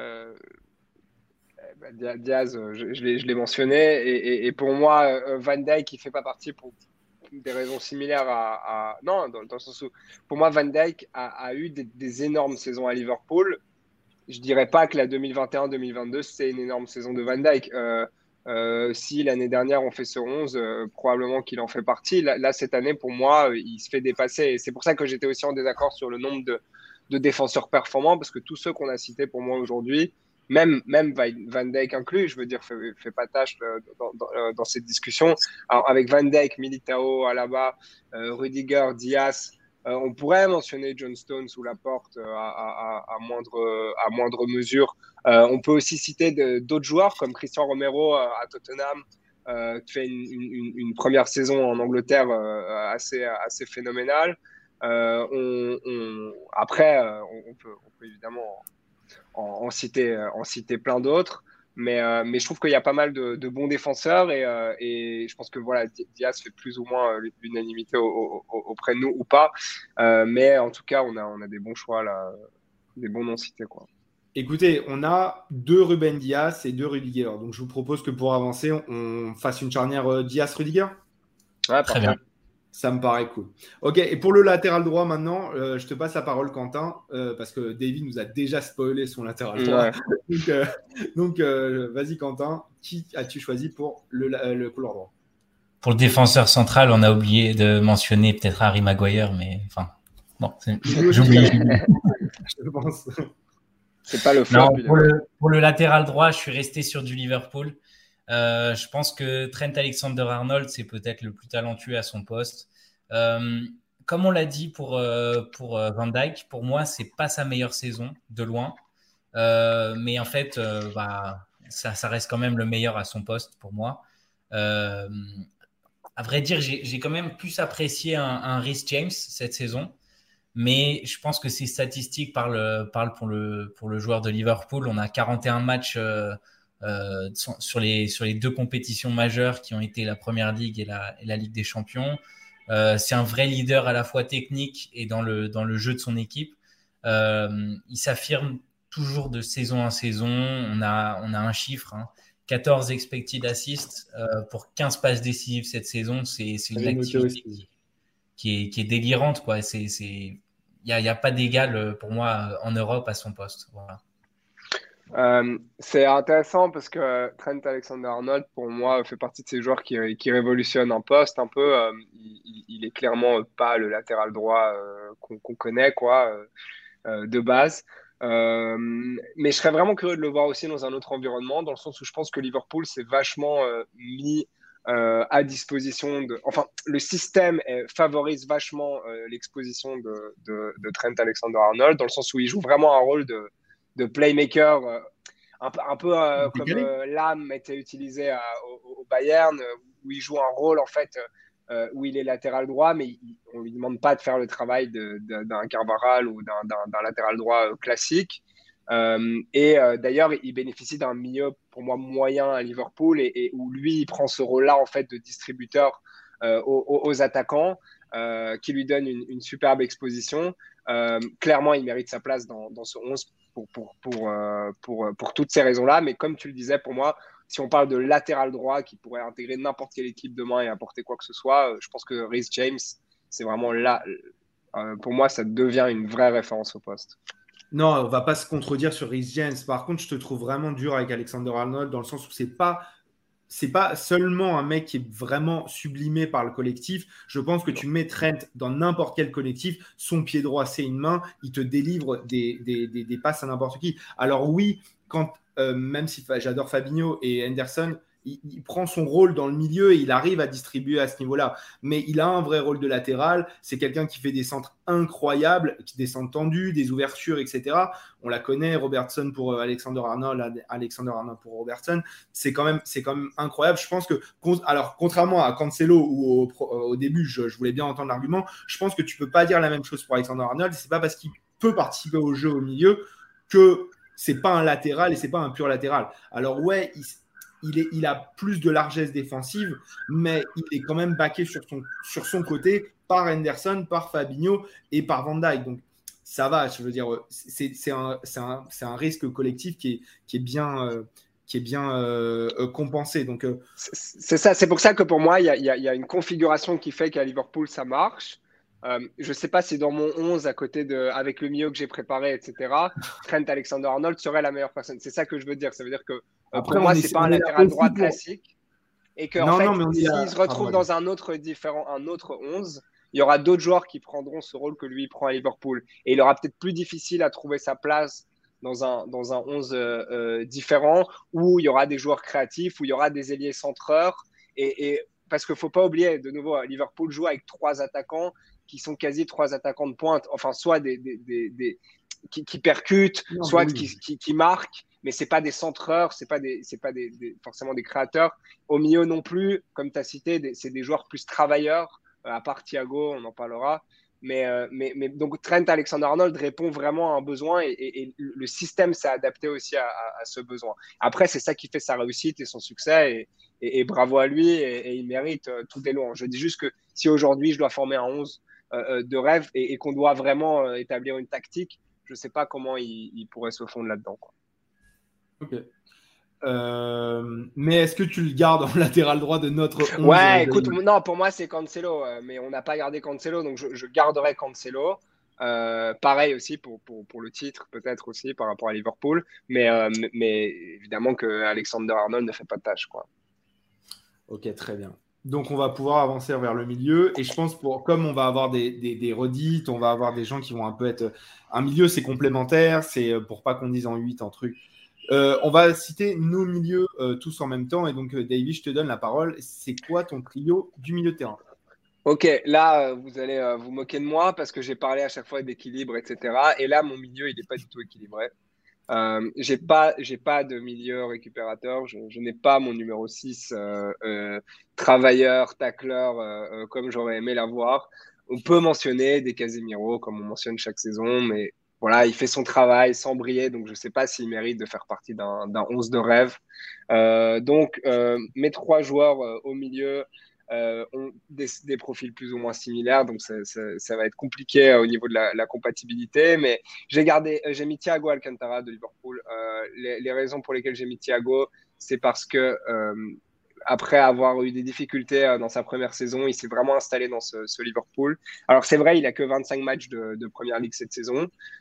Diaz, je l'ai mentionné, et pour moi, Van Dijk, qui fait pas partie pour des raisons similaires non, dans le sens où, pour moi, Van Dijk a eu des énormes saisons à Liverpool. Je dirais pas que la 2021-2022, c'est une énorme saison de Van Dijk. Si l'année dernière, on fait ce 11, probablement qu'il en fait partie. Là, cette année, pour moi, il se fait dépasser. Et c'est pour ça que j'étais aussi en désaccord sur le nombre de défenseurs performants, parce que tous ceux qu'on a cités pour moi aujourd'hui, même Van Dijk inclus, je veux dire, fait pas tâche dans cette discussion. Alors, avec Van Dijk, Militao, Alaba, Rudiger, Dias, on pourrait mentionner John Stones ou Laporte à moindre mesure. On peut aussi citer d'autres joueurs comme Christian Romero à Tottenham, qui fait une première saison en Angleterre assez phénoménale. Après, on peut évidemment en citer plein d'autres. Mais je trouve qu'il y a pas mal de bons défenseurs et je pense que voilà, Diaz fait plus ou moins l'unanimité auprès de nous ou pas. Mais en tout cas, on a des bons choix là, des bons noms cités, quoi. Écoutez, on a 2 Ruben Dias et 2 Rudiger. Donc je vous propose que pour avancer, on fasse une charnière Dias-Rudiger. Ouais, très bien. Ça me paraît cool. Ok, et pour le latéral droit maintenant, je te passe la parole, Quentin, parce que David nous a déjà spoilé son latéral droit. Ouais. donc vas-y, Quentin, qui as-tu choisi pour le couloir droit? Pour le défenseur central, on a oublié de mentionner peut-être Harry Maguire, mais enfin, bon, j'oublie. Je pense. C'est pas le flop. Pour le latéral droit, je suis resté sur du Liverpool. Je pense que Trent Alexander-Arnold, c'est peut-être le plus talentueux à son poste. Comme on l'a dit pour Van Dijk, pour moi, c'est pas sa meilleure saison, de loin. Mais en fait, ça reste quand même le meilleur à son poste pour moi. À vrai dire, j'ai quand même plus apprécié un Reece James cette saison. Mais je pense que ces statistiques parlent pour le joueur de Liverpool. On a 41 matchs sur les 2 compétitions majeures qui ont été la Première Ligue et la Ligue des Champions. C'est un vrai leader à la fois technique et dans le jeu de son équipe. Il s'affirme toujours de saison en saison. On a un chiffre, 14 expected assists pour 15 passes décisives cette saison. C'est une activité qui est délirante, quoi. Il y a pas d'égal pour moi en Europe à son poste. Voilà. C'est intéressant parce que Trent Alexander-Arnold, pour moi, fait partie de ces joueurs qui révolutionnent un poste un peu. Il est clairement pas le latéral droit qu'on connaît, quoi, de base. Mais je serais vraiment curieux de le voir aussi dans un autre environnement, dans le sens où je pense que Liverpool s'est vachement mis à disposition de. Enfin, le système favorise vachement l'exposition de Trent Alexander-Arnold, dans le sens où il joue vraiment un rôle de playmaker, un peu comme Lam était utilisé au Bayern, où il joue un rôle en fait où il est latéral droit, mais on lui demande pas de faire le travail d'un Carvajal ou d'un latéral droit classique. D'ailleurs, il bénéficie d'un milieu pour moi moyen à Liverpool et où lui il prend ce rôle-là en fait de distributeur aux attaquants, qui lui donne une superbe exposition. Clairement, il mérite sa place dans ce 11 pour toutes ces raisons-là. Mais comme tu le disais, pour moi, si on parle de latéral droit qui pourrait intégrer n'importe quelle équipe demain et apporter quoi que ce soit, je pense que Reece James, c'est vraiment là. Pour moi, ça devient une vraie référence au poste. Non, on va pas se contredire sur Reece James. Par contre, je te trouve vraiment dur avec Alexander-Arnold dans le sens où c'est pas seulement un mec qui est vraiment sublimé par le collectif. Je pense que tu mets Trent dans n'importe quel collectif, son pied droit, c'est une main, il te délivre des passes à n'importe qui. Alors oui, même si j'adore Fabinho et Henderson, il prend son rôle dans le milieu et il arrive à distribuer à ce niveau-là. Mais il a un vrai rôle de latéral. C'est quelqu'un qui fait des centres incroyables, qui descend tendu, des ouvertures, etc. On la connaît, Robertson pour Alexander-Arnold, Alexander-Arnold pour Robertson. C'est quand même incroyable. Je pense que, alors, contrairement à Cancelo ou au début, je voulais bien entendre l'argument, je pense que tu peux pas dire la même chose pour Alexander-Arnold. C'est pas parce qu'il peut participer au jeu au milieu que c'est pas un latéral et c'est pas un pur latéral. Alors ouais, il a plus de largesse défensive, mais il est quand même backé sur son côté par Henderson, par Fabinho et par Van Dijk. Donc ça va, je veux dire, c'est un risque collectif qui est bien compensé. Donc c'est ça, c'est pour ça que pour moi, il y a une configuration qui fait qu'à Liverpool ça marche. Je ne sais pas si dans mon 11, avec le milieu que j'ai préparé, etc., Trent Alexander-Arnold serait la meilleure personne. C'est ça que je veux dire. Ça veut dire que pour moi, ce n'est pas un latéral droit classique. Et qu'en fait, s'il se retrouve dans un autre 11, il y aura d'autres joueurs qui prendront ce rôle que lui prend à Liverpool. Et il aura peut-être plus difficile à trouver sa place dans un 11 différent, où il y aura des joueurs créatifs, où il y aura des ailiers centreurs. Parce qu'il ne faut pas oublier, de nouveau, Liverpool joue avec 3 attaquants qui sont quasi 3 attaquants de pointe, enfin soit qui percutent, soit qui marquent, mais c'est pas des centreurs, c'est pas forcément des créateurs. Au milieu non plus, comme tu as cité, c'est des joueurs plus travailleurs, à part Thiago, on en parlera. Mais donc Trent Alexander-Arnold répond vraiment à un besoin et le système s'est adapté aussi à ce besoin. Après, c'est ça qui fait sa réussite et son succès et bravo à lui et il mérite tout des louanges. Je dis juste que si aujourd'hui je dois former un 11 de rêve et qu'on doit vraiment établir une tactique, je ne sais pas comment il pourrait se fondre là-dedans, quoi. Ok. Mais est-ce que tu le gardes en latéral droit de notre 11? Ouais, écoute, non, pour moi c'est Cancelo, mais on n'a pas gardé Cancelo, donc je garderai Cancelo. Pareil aussi pour le titre, peut-être aussi par rapport à Liverpool, mais évidemment que Alexander-Arnold ne fait pas de tâche, quoi. Ok, très bien. Donc on va pouvoir avancer vers le milieu et je pense comme on va avoir des redites, on va avoir des gens qui vont un peu être un milieu, c'est complémentaire, c'est pour pas qu'on dise en 8 un truc. On va citer nos milieux tous en même temps et donc Davy, je te donne la parole. C'est quoi ton trio du milieu de terrain? Ok, là vous allez vous moquer de moi parce que j'ai parlé à chaque fois d'équilibre, etc. Et là mon milieu il n'est pas du tout équilibré. J'ai pas de milieu récupérateur, je n'ai pas mon numéro 6 travailleur, tacleur comme j'aurais aimé l'avoir. On peut mentionner des Casemiro comme on mentionne chaque saison, mais voilà, il fait son travail sans briller, donc je ne sais pas s'il mérite de faire partie d'un 11 de rêve. Donc mes 3 joueurs au milieu ont des profils plus ou moins similaires, donc ça va être compliqué au niveau de la compatibilité, mais j'ai mis Thiago Alcantara de Liverpool. Les raisons pour lesquelles j'ai mis Thiago, c'est parce que après avoir eu des difficultés dans sa première saison, il s'est vraiment installé dans ce Liverpool. Alors c'est vrai, il a que 25 matchs de Première Ligue cette saison,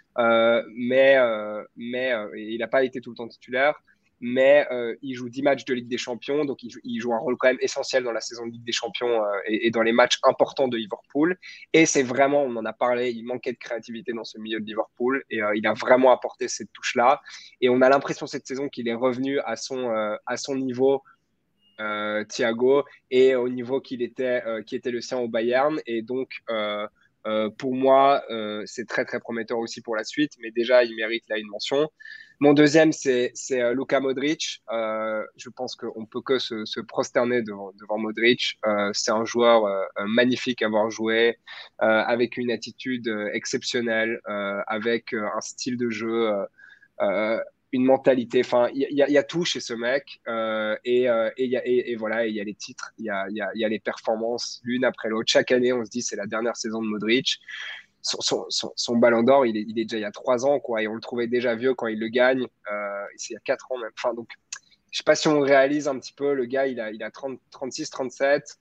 il n'a pas été tout le temps titulaire. Mais il joue 10 matchs de Ligue des Champions, donc il joue un rôle quand même essentiel dans la saison de Ligue des Champions et dans les matchs importants de Liverpool. Et c'est vraiment, on en a parlé, il manquait de créativité dans ce milieu de Liverpool et il a vraiment apporté cette touche-là. Et on a l'impression cette saison qu'il est revenu à son niveau, Thiago, et au niveau qui était le sien au Bayern. Et donc, pour moi, c'est très très prometteur aussi pour la suite, mais déjà il mérite là une mention. Mon deuxième, c'est Luka Modric. Je pense qu'on peut que se prosterner devant Modric. C'est un joueur magnifique à voir jouer, avec une attitude exceptionnelle, avec un style de jeu, une mentalité. Enfin, il y a tout chez ce mec. Et voilà, il y a les titres, il y a les performances l'une après l'autre. Chaque année, on se dit c'est la dernière saison de Modric. Son ballon d'or, il est déjà il y a 3 ans, quoi, et on le trouvait déjà vieux quand il le gagne. C'est il y a 4 ans même. Enfin, donc, je sais pas si on réalise un petit peu, le gars, il a 36, 37,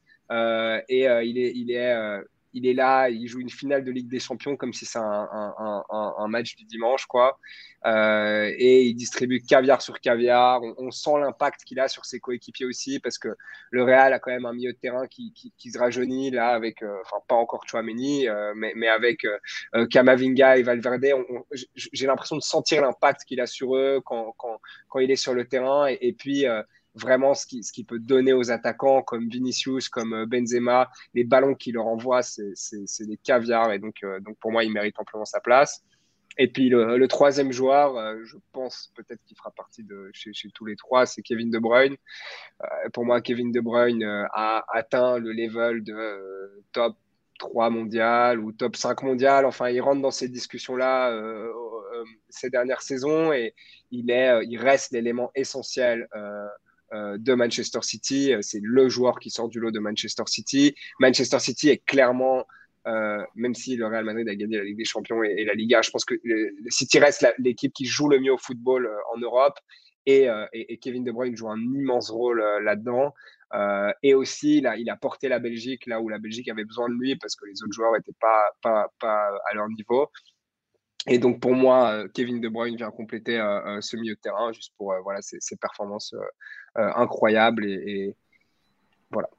il est là, il joue une finale de Ligue des Champions comme si c'est un match du dimanche, quoi. Et il distribue caviar sur caviar. On sent l'impact qu'il a sur ses coéquipiers aussi, parce que le Real a quand même un milieu de terrain qui se rajeunit là avec, enfin pas encore Tchouaméni, mais avec Camavinga et Valverde. J'ai l'impression de sentir l'impact qu'il a sur eux quand il est sur le terrain. Et puis vraiment ce qu'il peut donner aux attaquants comme Vinicius, comme Benzema, les ballons qu'il leur envoie, c'est des caviars. Et donc pour moi, il mérite amplement sa place. Et puis le troisième joueur, je pense peut-être qu'il fera partie de chez tous les trois, c'est Kevin De Bruyne. Pour moi, Kevin De Bruyne a atteint le level de top 3 mondial ou top 5 mondial. Enfin, il rentre dans ces discussions-là ces dernières saisons, et il reste l'élément essentiel de Manchester City. C'est le joueur qui sort du lot de Manchester City. Manchester City est clairement, même si le Real Madrid a gagné la Ligue des Champions et la Liga, je pense que le City reste l'équipe qui joue le mieux au football en Europe. Et Kevin De Bruyne joue un immense rôle là-dedans. Et aussi, là, il a porté la Belgique là où la Belgique avait besoin de lui, parce que les autres joueurs n'étaient pas à leur niveau. Et donc, pour moi, Kevin De Bruyne vient compléter ce milieu de terrain, juste pour voilà, ses performances incroyables. Et voilà.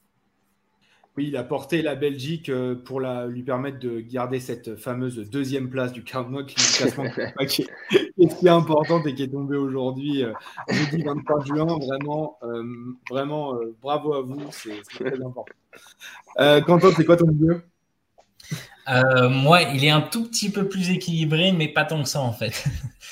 Oui, il a porté la Belgique pour lui permettre de garder cette fameuse deuxième place du classement qui est si importante et qui est tombée aujourd'hui, jeudi 23 juin. Vraiment, bravo à vous, c'est très important. Quentin, c'est quoi ton milieu ? Moi, il est un tout petit peu plus équilibré, mais pas tant que ça en fait.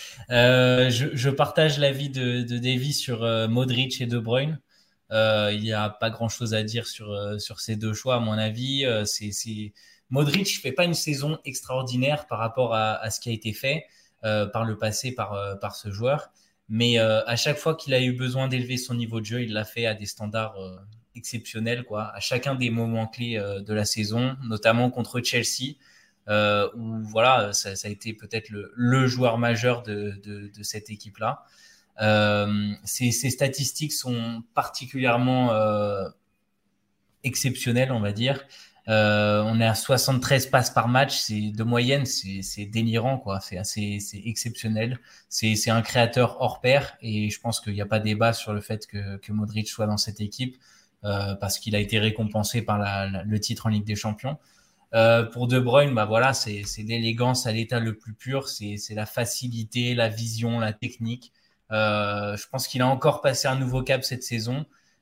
Je partage l'avis de Davy sur Modric et De Bruyne. Il n'y a pas grand-chose à dire sur ces deux choix, à mon avis. Modric ne fait pas une saison extraordinaire par rapport à ce qui a été fait par le passé par ce joueur. Mais à chaque fois qu'il a eu besoin d'élever son niveau de jeu, il l'a fait à des standards exceptionnels, quoi, à chacun des moments clés de la saison, notamment contre Chelsea, où voilà, ça a été peut-être le joueur majeur de cette équipe-là. Ces statistiques sont particulièrement exceptionnelles, on va dire. On est à 73 passes par match, c'est de moyenne, c'est délirant, quoi. C'est exceptionnel. C'est un créateur hors pair, et je pense qu'il n'y a pas débat sur le fait que Modric soit dans cette équipe, parce qu'il a été récompensé par le titre en Ligue des Champions. Pour De Bruyne, bah voilà, c'est l'élégance à l'état le plus pur, c'est la facilité, la vision, la technique. Je pense qu'il a encore passé un nouveau cap cette saison,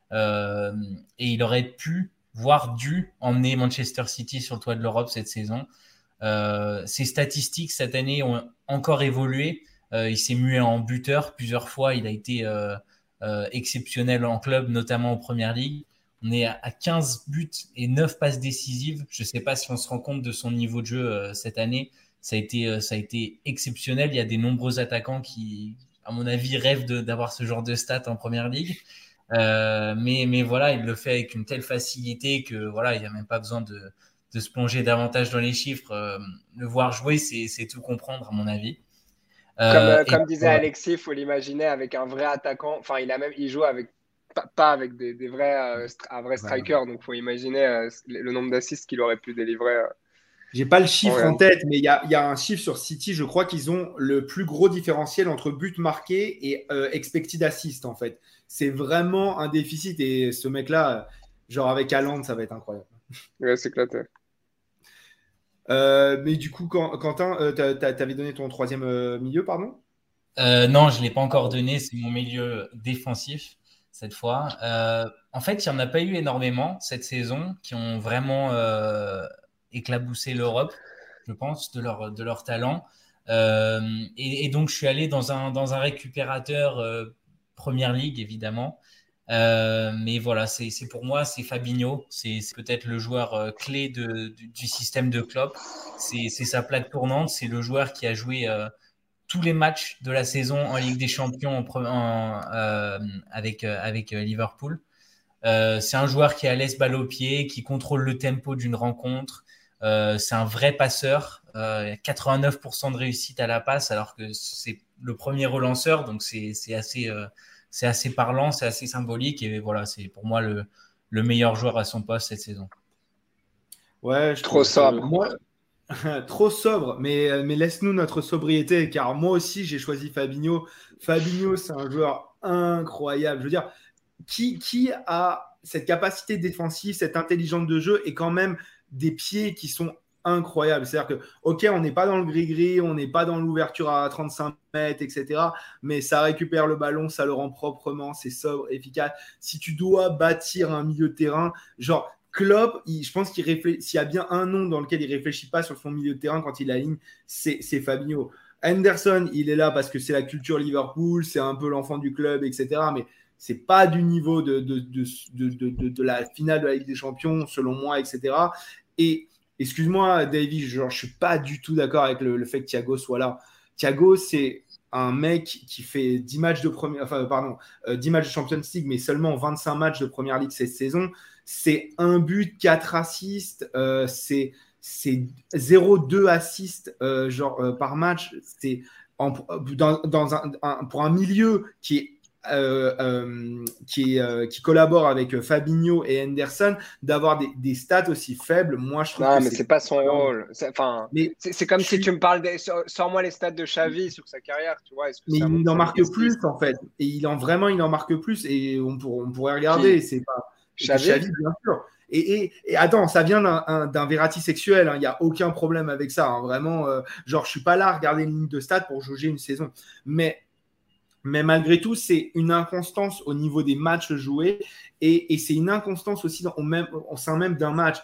et il aurait pu, voire dû, emmener Manchester City sur le toit de l'Europe cette saison. Ses statistiques cette année ont encore évolué. Il s'est mué en buteur plusieurs fois. Il a été exceptionnel en club, notamment en Première Ligue. On est à 15 buts et 9 passes décisives. Je ne sais pas si on se rend compte de son niveau de jeu cette année. Ça a été exceptionnel. Il y a des nombreux attaquants qui, à mon avis, rêvent d'avoir ce genre de stats en Première Ligue. Mais voilà, il le fait avec une telle facilité que voilà, il n'y a même pas besoin de se plonger davantage dans les chiffres. Le voir jouer, c'est tout comprendre, à mon avis. Comme disait Alexis, il faut l'imaginer avec un vrai attaquant. Enfin, il joue avec pas avec des vrais un vrai striker. Donc, il faut imaginer le nombre d'assists qu'il aurait pu délivrer J'ai pas le chiffre en tête, mais il y a un chiffre sur City. Je crois qu'ils ont le plus gros différentiel entre buts marqués et expected assist, en fait. C'est vraiment un déficit. Et ce mec-là, genre avec Haaland, ça va être incroyable. Ouais, c'est éclaté. Mais du coup, Quentin, t'avais donné ton troisième milieu, pardon? Non, je ne l'ai pas encore donné. C'est mon milieu défensif cette fois. En fait, il n'y en a pas eu énormément cette saison qui ont vraiment éclaboussé l'Europe, je pense, de leur talent. Et donc, je suis allé dans un récupérateur Première Ligue, évidemment. Mais voilà, c'est pour moi, c'est Fabinho. C'est peut-être le joueur clé du système de Klopp. C'est sa plaque tournante. C'est le joueur qui a joué tous les matchs de la saison en Ligue des Champions avec Liverpool. C'est un joueur qui a laisse balle au pied, qui contrôle le tempo d'une rencontre. C'est un vrai passeur. 89% de réussite à la passe, alors que c'est le premier relanceur, donc c'est assez parlant, c'est assez symbolique. Et voilà, c'est pour moi le meilleur joueur à son poste cette saison. Ouais, je Trop sobre. Moi, trop sobre, mais laisse-nous notre sobriété, car moi aussi j'ai choisi Fabinho. Fabinho, c'est un joueur incroyable. Je veux dire, qui a cette capacité défensive, cette intelligence de jeu et quand même des pieds qui sont incroyables. C'est-à-dire que, ok, on n'est pas dans le gris-gris, on n'est pas dans l'ouverture à 35 mètres, etc. Mais ça récupère le ballon, ça le rend proprement, c'est sobre, efficace. Si tu dois bâtir un milieu de terrain, genre Klopp, je pense qu'il réfléchit. S'il y a bien un nom dans lequel il réfléchit pas sur son milieu de terrain quand il aligne, c'est Fabinho. Henderson, il est là parce que c'est la culture Liverpool, c'est un peu l'enfant du club, etc. Mais c'est pas du niveau de la finale de la Ligue des Champions, selon moi, etc. Et excuse-moi, David, je suis pas du tout d'accord avec le fait que Thiago soit là. Thiago, c'est un mec qui fait 10 matchs de 10 matchs de Champions League, mais seulement 25 matchs de Première Ligue cette saison. C'est 1 but, 4 assists, c'est 0,2 assists par match. C'est pour un milieu qui collabore avec Fabinho et Henderson, d'avoir des stats aussi faibles. Moi, je trouve non, que mais c'est pas son rôle. C'est comme si tu me parles sors-moi les stats de Xavi sur sa carrière, tu vois. Mais il en marque plus, en fait. Et il en marque plus. Et on pourrait regarder. C'est pas Xavi, bien sûr. Et attends, ça vient d'un Verratti sexuel. Il n'y a aucun problème avec ça. Vraiment, je suis pas là à regarder une ligne de stats pour jauger une saison. Mais malgré tout, c'est une inconstance au niveau des matchs joués et c'est une inconstance aussi au sein même d'un match.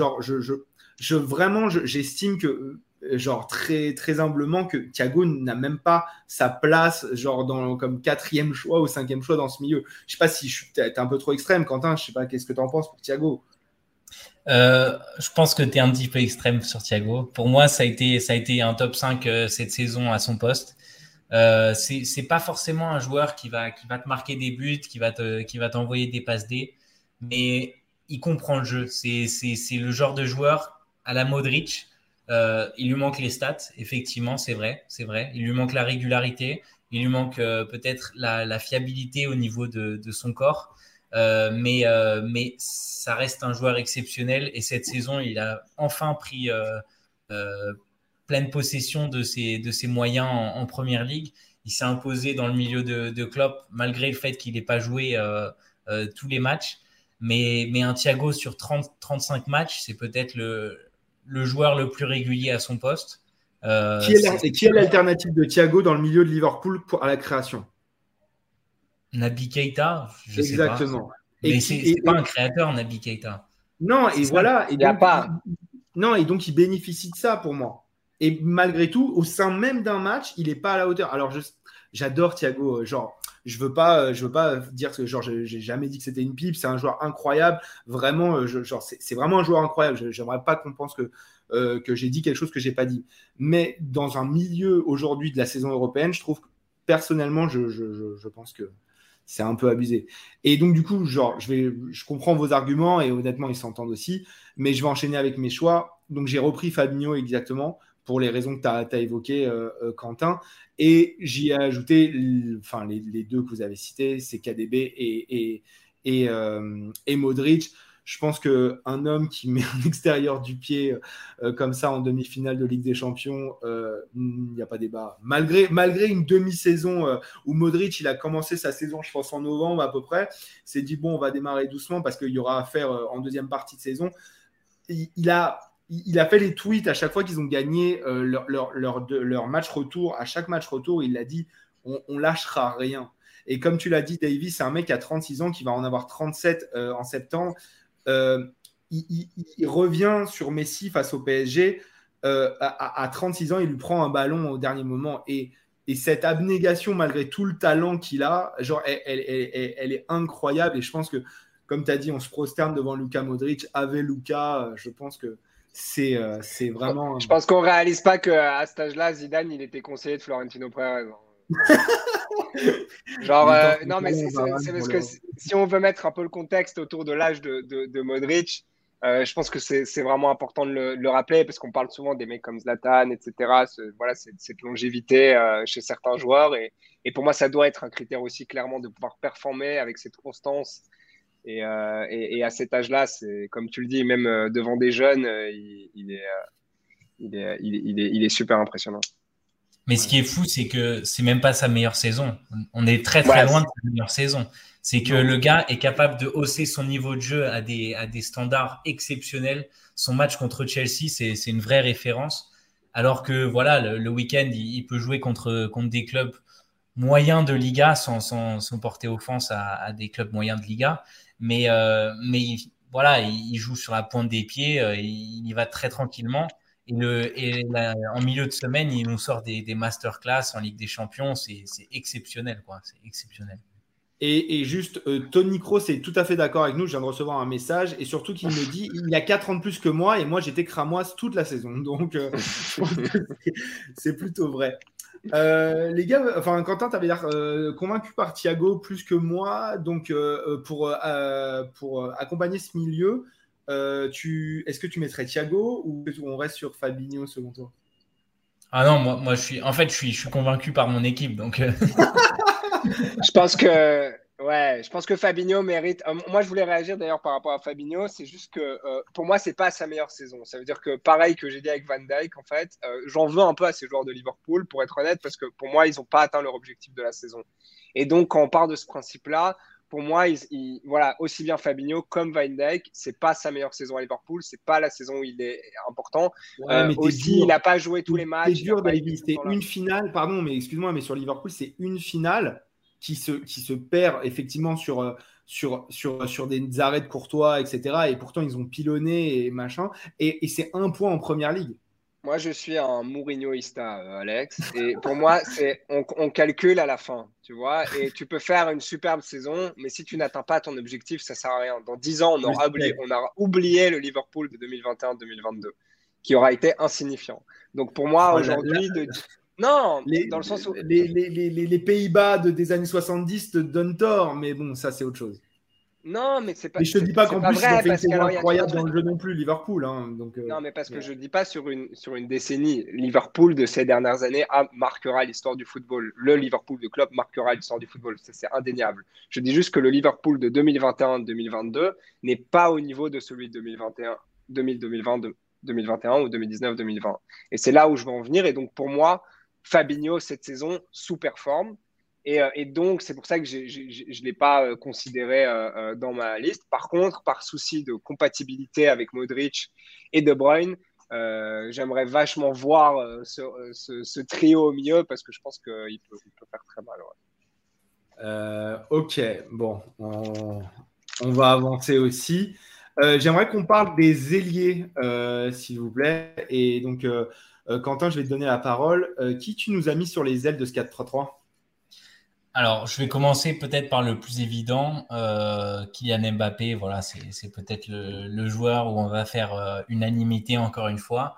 J'estime que, très, très humblement, que Thiago n'a même pas sa place, comme 4e choix ou 5e choix dans ce milieu. Je sais pas si t'es un peu trop extrême, Quentin. Je sais pas, qu'est-ce que tu en penses pour Thiago? Je pense que tu es un petit peu extrême sur Thiago. Pour moi, ça a été un top 5 cette saison à son poste. C'est pas forcément un joueur qui va te marquer des buts, qui va t'envoyer des passes D, mais il comprend le jeu. C'est le genre de joueur à la Modric. Il lui manque les stats, effectivement, c'est vrai. Il lui manque la régularité, il lui manque peut-être la fiabilité au niveau de son corps. Mais ça reste un joueur exceptionnel et cette saison, il a enfin pris pleine possession de ses moyens en Première Ligue. Il s'est imposé dans le milieu de Klopp malgré le fait qu'il n'ait pas joué tous les matchs. Mais un Thiago sur 30-35 matchs, c'est peut-être le joueur le plus régulier à son poste. Qui est l'alternative de Thiago dans le milieu de Liverpool à la création? Naby Keita, je Exactement. sais pas. Mais c'est pas un créateur, Naby Keita. Non, et voilà. Il n'y a pas. Non, et donc il bénéficie de ça pour moi. Et malgré tout, au sein même d'un match, il n'est pas à la hauteur. Alors, j'adore Thiago. Je veux pas dire que j'ai jamais dit que c'était une pipe. C'est un joueur incroyable. Vraiment, c'est vraiment un joueur incroyable. J'aimerais pas qu'on pense que j'ai dit quelque chose que j'ai pas dit. Mais dans un milieu aujourd'hui de la saison européenne, je trouve que, personnellement, je pense que c'est un peu abusé. Et donc, du coup, je comprends vos arguments et honnêtement, ils s'entendent aussi. Mais je vais enchaîner avec mes choix. Donc, j'ai repris Fabinho exactement pour les raisons que tu as évoquées, Quentin. Et j'y ai ajouté les deux que vous avez cités, c'est KDB et Modric. Je pense qu'un homme qui met un extérieur du pied comme ça en demi-finale de Ligue des Champions, il n'y a pas débat. Malgré une demi-saison où Modric, il a commencé sa saison, je pense, en novembre à peu près, s'est dit, bon, on va démarrer doucement parce qu'il y aura à faire en deuxième partie de saison. Il a fait les tweets à chaque fois qu'ils ont gagné leur match retour. À chaque match retour, il a dit, on lâchera rien. Et comme tu l'as dit, Davy, c'est un mec qui a 36 ans, qui va en avoir 37 en septembre. Il revient sur Messi face au PSG. À 36 ans, il lui prend un ballon au dernier moment. Et cette abnégation, malgré tout le talent qu'il a, genre, elle est incroyable. Et je pense que, comme tu as dit, on se prosterne devant Luka Modric. Avec Luka, je pense que c'est vraiment... Je pense qu'on ne réalise pas qu'à cet âge-là, Zidane, il était conseiller de Florentino Pérez. Genre, non, mais c'est parce que si on veut mettre un peu le contexte autour de l'âge de Modric, je pense que c'est vraiment important de le rappeler parce qu'on parle souvent des mecs comme Zlatan, etc. Voilà, cette longévité chez certains joueurs. Et pour moi, ça doit être un critère aussi clairement de pouvoir performer avec cette constance. Et à cet âge-là, c'est comme tu le dis, même devant des jeunes, il est super impressionnant. Mais ce qui est fou, c'est que c'est même pas sa meilleure saison. On est très loin de sa meilleure saison. C'est que le gars est capable de hausser son niveau de jeu à des standards exceptionnels. Son match contre Chelsea, c'est une vraie référence. Alors que voilà, le week-end, il peut jouer contre des clubs moyens de Liga sans porter offense à des clubs moyens de Liga. Mais voilà, il joue sur la pointe des pieds, il y va très tranquillement. En milieu de semaine, il nous sort des masterclass en Ligue des Champions. C'est exceptionnel, quoi. C'est exceptionnel. Et juste, Tony Kroos est tout à fait d'accord avec nous. Je viens de recevoir un message et surtout qu'il me dit il a 4 ans de plus que moi et moi j'étais cramoise toute la saison. Donc, je pense que c'est plutôt vrai. Les gars, enfin, Quentin, tu avais l'air convaincu par Thiago plus que moi. Donc, pour accompagner ce milieu, est-ce que tu mettrais Thiago ou on reste sur Fabinho selon toi? Ah non, moi je suis convaincu par mon équipe. Donc, je pense que Fabinho mérite. Moi, je voulais réagir d'ailleurs par rapport à Fabinho. C'est juste que pour moi, c'est pas sa meilleure saison. Ça veut dire que pareil que j'ai dit avec Van Dijk, en fait, j'en veux un peu à ces joueurs de Liverpool, pour être honnête, parce que pour moi, ils n'ont pas atteint leur objectif de la saison. Et donc, quand on part de ce principe-là, pour moi, voilà, aussi bien Fabinho comme Van Dijk, c'est pas sa meilleure saison à Liverpool. C'est pas la saison où il est important. Ouais, aussi, il n'a pas joué tous les matchs. C'est dur, David. C'est une finale. Pardon, mais excuse-moi, mais sur Liverpool, c'est une finale qui se perd effectivement sur des arrêts de Courtois, etc. Et pourtant, ils ont pilonné et machin. Et c'est un point en première ligue. Moi, je suis un Mourinhoista, Alex. Et pour moi, on calcule à la fin, tu vois. Et tu peux faire une superbe saison, mais si tu n'atteins pas ton objectif, ça ne sert à rien. Dans 10 ans, on aura oublié le Liverpool de 2021-2022, qui aura été insignifiant. Donc pour moi, aujourd'hui... Non, dans le sens où... Les Pays-Bas des années 70 te donnent tort, mais bon, ça, c'est autre chose. Non, mais c'est pas. Mais je te dis pas qu'en plus, ils ont fait une saison incroyable dans le jeu non plus, Liverpool. Hein, donc, non, mais parce que je dis pas sur une décennie. Liverpool de ces dernières années marquera l'histoire du football. Le Liverpool de Klopp marquera l'histoire du football. Ça, c'est indéniable. Je dis juste que le Liverpool de 2021-2022 n'est pas au niveau de celui de 2021 ou 2019-2020. Et c'est là où je veux en venir. Et donc, pour moi, Fabinho, cette saison, sous-performe. Et donc, c'est pour ça que je ne l'ai pas considéré dans ma liste. Par contre, par souci de compatibilité avec Modric et De Bruyne, j'aimerais vachement voir ce trio au milieu parce que je pense qu'il peut faire très mal. Ouais. Ok, bon, on va avancer aussi. J'aimerais qu'on parle des ailiers, s'il vous plaît. Et donc, Quentin, je vais te donner la parole. Qui tu nous as mis sur les ailes de ce 4-3-3 ? Alors, je vais commencer peut-être par le plus évident, Kylian Mbappé. Voilà, c'est peut-être le joueur où on va faire unanimité encore une fois.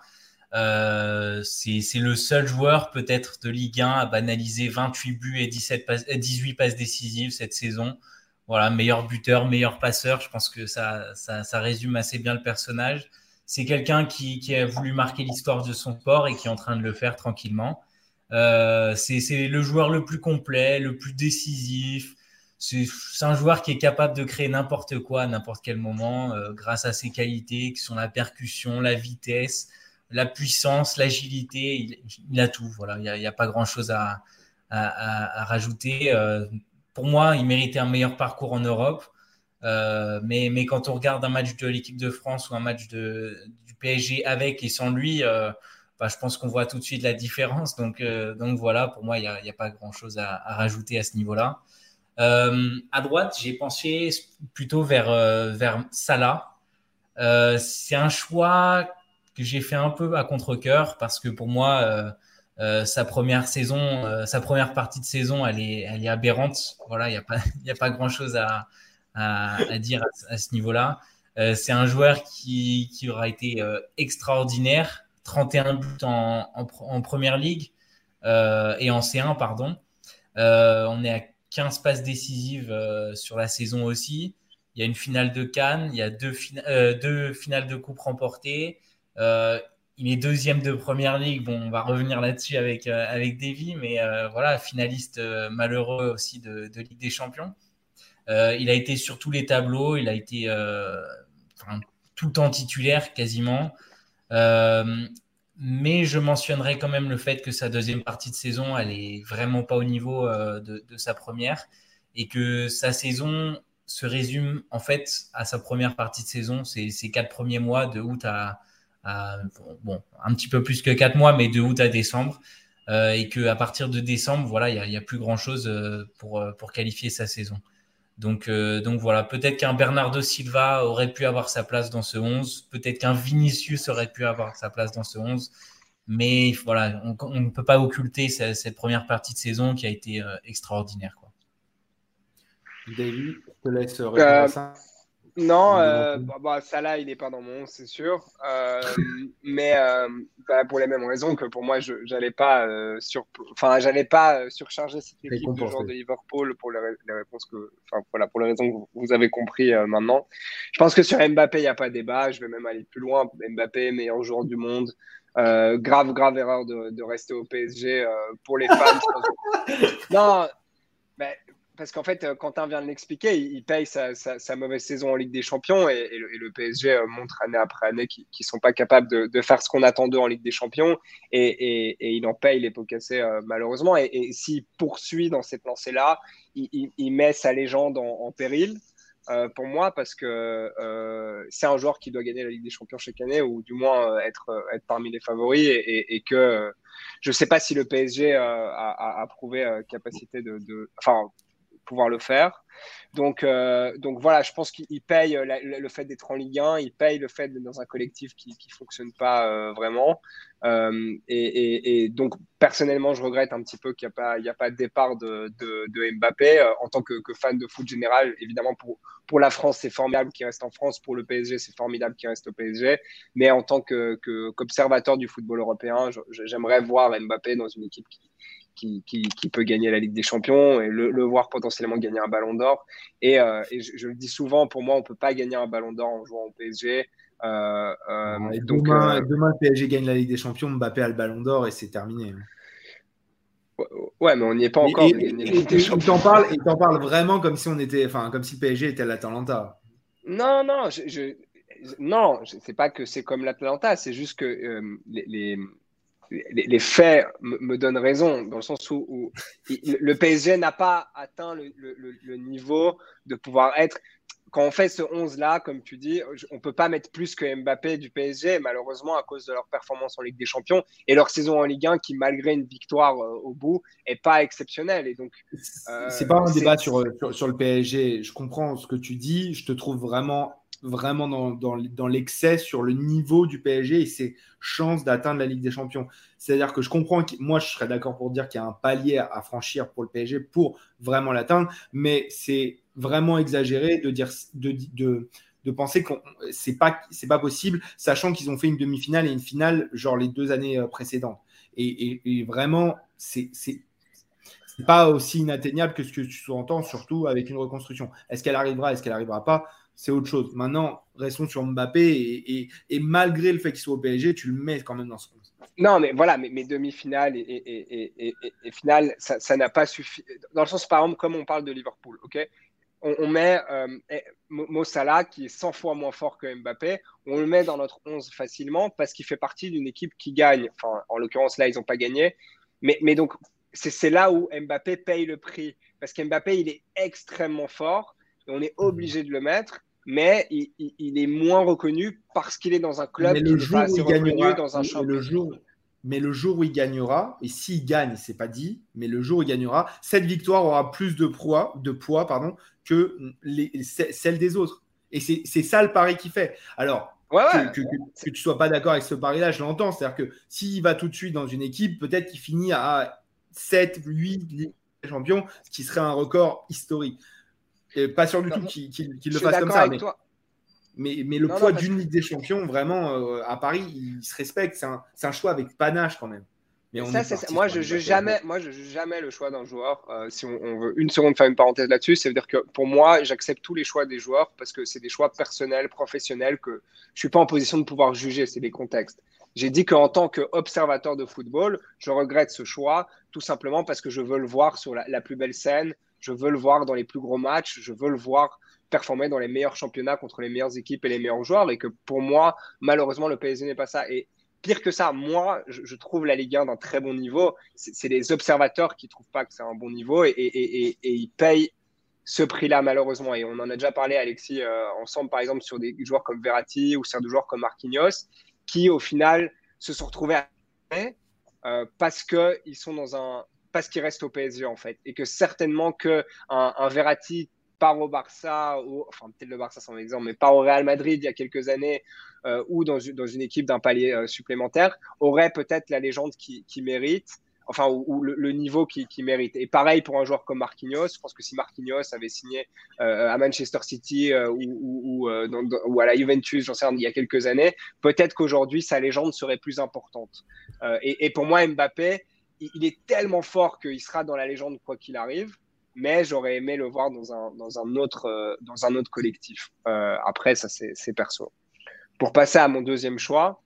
C'est le seul joueur peut-être de Ligue 1 à banaliser 28 buts et 18 passes décisives cette saison. Voilà, meilleur buteur, meilleur passeur. Je pense que ça résume assez bien le personnage. C'est quelqu'un qui a voulu marquer l'histoire de son sport et qui est en train de le faire tranquillement. C'est le joueur le plus complet, le plus décisif. c'est un joueur qui est capable de créer n'importe quoi à n'importe quel moment grâce à ses qualités qui sont la percussion, la vitesse, la puissance, l'agilité. Il a tout. Voilà, il y a pas grand-chose à rajouter. Pour moi, il méritait un meilleur parcours en Europe. Mais quand on regarde un match de l'équipe de France ou un match du PSG avec et sans lui, je pense qu'on voit tout de suite la différence. Donc voilà, pour moi, il n'y a pas grand-chose à rajouter à ce niveau-là. À droite, j'ai pensé plutôt vers Salah. C'est un choix que j'ai fait un peu à contre-cœur parce que pour moi, sa première partie de saison, elle est aberrante. Voilà, il y a pas grand-chose à dire à ce niveau-là. C'est un joueur qui aura été extraordinaire. 31 buts en Première Ligue et en C1, pardon. On est à 15 passes décisives sur la saison aussi. Il y a une finale de Cannes, il y a deux finales de coupe remportées. Il est deuxième de Première Ligue. Bon, on va revenir là-dessus avec Davy, mais voilà, finaliste malheureux aussi de Ligue des Champions. Il a été sur tous les tableaux, il a été tout le temps titulaire quasiment. Mais je mentionnerai quand même le fait que sa deuxième partie de saison, elle est vraiment pas au niveau de sa première et que sa saison se résume en fait à sa première partie de saison, c'est ces 4 premiers mois de août à un petit peu plus que 4 mois, mais de août à décembre. Et qu'à partir de décembre, voilà, il y a plus grand chose pour qualifier sa saison. Donc voilà, peut-être qu'un Bernardo Silva aurait pu avoir sa place dans ce 11, peut-être qu'un Vinicius aurait pu avoir sa place dans ce 11, mais voilà, on ne peut pas occulter cette première partie de saison qui a été extraordinaire, quoi. David, je te laisse répondre à ça. Non, Salah, il n'est pas dans mon 11, c'est sûr. Mais pour les mêmes raisons que pour moi, j'allais pas surcharger cette équipe de joueurs de Liverpool pour les réponses pour les raisons que vous avez compris maintenant. Je pense que sur Mbappé, il n'y a pas de débat. Je vais même aller plus loin. Mbappé, meilleur joueur du monde. Grave erreur de rester au PSG pour les fans. Non, mais parce qu'en fait, Quentin vient de l'expliquer, il paye sa mauvaise saison en Ligue des Champions et le PSG montre année après année qu'ils ne sont pas capables de faire ce qu'on attend d'eux en Ligue des Champions et il en paye les pots cassés malheureusement. Et s'il poursuit dans cette lancée-là, il met sa légende en péril pour moi parce que c'est un joueur qui doit gagner la Ligue des Champions chaque année ou du moins être parmi les favoris et que je ne sais pas si le PSG a prouvé capacité de pouvoir le faire. Donc voilà, je pense qu'il paye le fait d'être en Ligue 1, il paye le fait d'être dans un collectif qui fonctionne pas vraiment. Et donc personnellement, je regrette un petit peu qu'il n'y a pas de départ de Mbappé. En tant que fan de foot général, évidemment pour la France, c'est formidable qu'il reste en France. Pour le PSG, c'est formidable qu'il reste au PSG. Mais en tant qu'observateur du football européen, j'aimerais voir Mbappé dans une équipe qui peut gagner la Ligue des Champions et le voir potentiellement gagner un Ballon d'Or. Et je le dis souvent, pour moi, on ne peut pas gagner un Ballon d'Or en jouant au PSG. Demain, le PSG gagne la Ligue des Champions, Mbappé a le Ballon d'Or et c'est terminé. Ouais, mais on n'y est pas encore. Il t'en parle vraiment comme si comme si le PSG était l'Atalanta. Non, c'est pas que c'est comme l'Atalanta, c'est juste que les faits me donnent raison, dans le sens où le PSG n'a pas atteint le niveau de pouvoir être. Quand on fait ce 11-là, comme tu dis, on ne peut pas mettre plus que Mbappé du PSG, malheureusement, à cause de leur performance en Ligue des Champions et leur saison en Ligue 1 qui, malgré une victoire au bout, n'est pas exceptionnelle. Et donc, c'est pas un débat sur le PSG. Je comprends ce que tu dis. Je te trouve vraiment dans l'excès sur le niveau du PSG et ses chances d'atteindre la Ligue des Champions. C'est-à-dire que je comprends moi, je serais d'accord pour dire qu'il y a un palier à franchir pour le PSG pour vraiment l'atteindre, mais c'est vraiment exagéré de penser que c'est pas possible, sachant qu'ils ont fait une demi-finale et une finale genre les 2 années précédentes. Et vraiment, c'est pas aussi inatteignable que ce que tu sous-entends, surtout avec une reconstruction. Est-ce qu'elle arrivera pas? c'est autre chose. Maintenant, restons sur Mbappé et malgré le fait qu'il soit au PSG, tu le mets quand même dans ce contexte. Non, mais voilà, mes demi-finales et finales, ça n'a pas suffi. Dans le sens, par exemple, comme on parle de Liverpool, ok, on met Mo Salah, qui est 100 fois moins fort que Mbappé, on le met dans notre 11 facilement parce qu'il fait partie d'une équipe qui gagne. Enfin, en l'occurrence, là, ils n'ont pas gagné. Mais donc, c'est là où Mbappé paye le prix. Parce qu'Mbappé, il est extrêmement fort et on est obligé de le mettre. Mais il est moins reconnu parce qu'il est dans un club qui n'est pas assez reconnu dans un championnat. Mais le jour où il gagnera, et s'il gagne, c'est pas dit, mais le jour où il gagnera, cette victoire aura plus de poids que celle des autres. Et c'est ça le pari qu'il fait. Alors, que tu sois pas d'accord avec ce pari-là, je l'entends. C'est-à-dire que s'il va tout de suite dans une équipe, peut-être qu'il finit à 7, 8 Ligues des Champions, ce qui serait un record historique. Et pas sûr du tout qu'il le fasse comme ça. Mais le poids d'une Ligue des Champions, vraiment, à Paris, il se respecte. C'est un choix avec panache quand même. Mais moi, je ne juge jamais le choix d'un joueur. Si on veut une seconde faire une parenthèse là-dessus, ça veut dire que pour moi, j'accepte tous les choix des joueurs parce que c'est des choix personnels, professionnels, que je ne suis pas en position de pouvoir juger. C'est des contextes. J'ai dit qu'en tant qu'observateur de football, je regrette ce choix tout simplement parce que je veux le voir sur la plus belle scène. Je veux le voir dans les plus gros matchs. Je veux le voir performer dans les meilleurs championnats contre les meilleures équipes et les meilleurs joueurs. Et que pour moi, malheureusement, le PSG n'est pas ça. Et pire que ça, moi, je trouve la Ligue 1 d'un très bon niveau. C'est les observateurs qui ne trouvent pas que c'est un bon niveau et ils payent ce prix-là, malheureusement. Et on en a déjà parlé, Alexis, ensemble, par exemple, sur des joueurs comme Verratti ou sur des joueurs comme Marquinhos, qui, au final, se sont retrouvés parce qu'ils restent au PSG, en fait. Et que certainement qu'un Verratti part au Barça, enfin peut-être le Barça c'est un exemple, mais part au Real Madrid il y a quelques années ou dans une équipe d'un palier supplémentaire, aurait peut-être la légende qui mérite, enfin ou le niveau qui mérite. Et pareil pour un joueur comme Marquinhos, je pense que si Marquinhos avait signé à Manchester City ou à la Juventus, j'en sais rien, il y a quelques années, peut-être qu'aujourd'hui sa légende serait plus importante. Et pour moi, Mbappé, il est tellement fort qu'il sera dans la légende quoi qu'il arrive. Mais j'aurais aimé le voir dans un autre collectif. Après, ça, c'est perso. Pour passer à mon deuxième choix,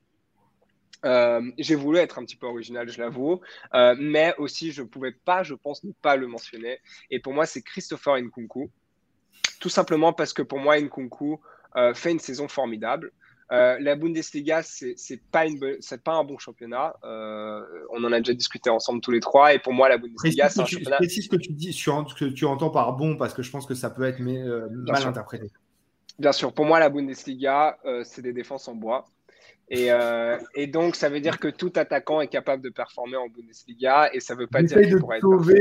j'ai voulu être un petit peu original, je l'avoue, mais aussi, je ne pouvais pas, je pense, ne pas le mentionner. Et pour moi, c'est Christopher Nkunku. Tout simplement parce que pour moi, Nkunku fait une saison formidable. La Bundesliga, c'est pas un bon championnat. On en a déjà discuté ensemble tous les trois. Et pour moi, la Bundesliga, c'est un championnat. Précise ce que tu dis, ce que tu entends par bon, parce que je pense que ça peut être mal interprété. Bien sûr. Pour moi, la Bundesliga, c'est des défenses en bois. Et donc, ça veut dire que tout attaquant est capable de performer en Bundesliga, et ça ne veut pas dire qu'il pourrait être sauver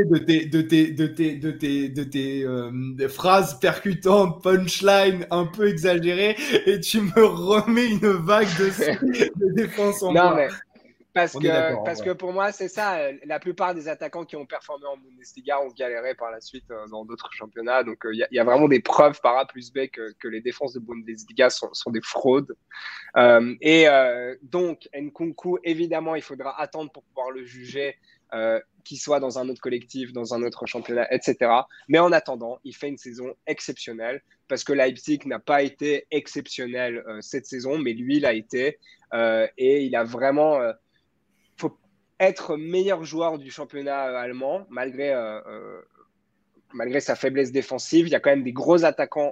de tes phrases percutantes, punchline un peu exagérées, et tu me remets une vague de défense en bois. Mais parce que pour moi, c'est ça. La plupart des attaquants qui ont performé en Bundesliga ont galéré par la suite dans d'autres championnats. Donc, il y a vraiment des preuves par A plus B que les défenses de Bundesliga sont des fraudes. Donc, Nkunku, évidemment, il faudra attendre pour pouvoir le juger, qu'il soit dans un autre collectif, dans un autre championnat, etc. Mais en attendant, il fait une saison exceptionnelle parce que Leipzig n'a pas été exceptionnel cette saison, mais lui, il a été. Et il a vraiment... faut être meilleur joueur du championnat allemand, malgré sa faiblesse défensive. Il y a quand même des gros attaquants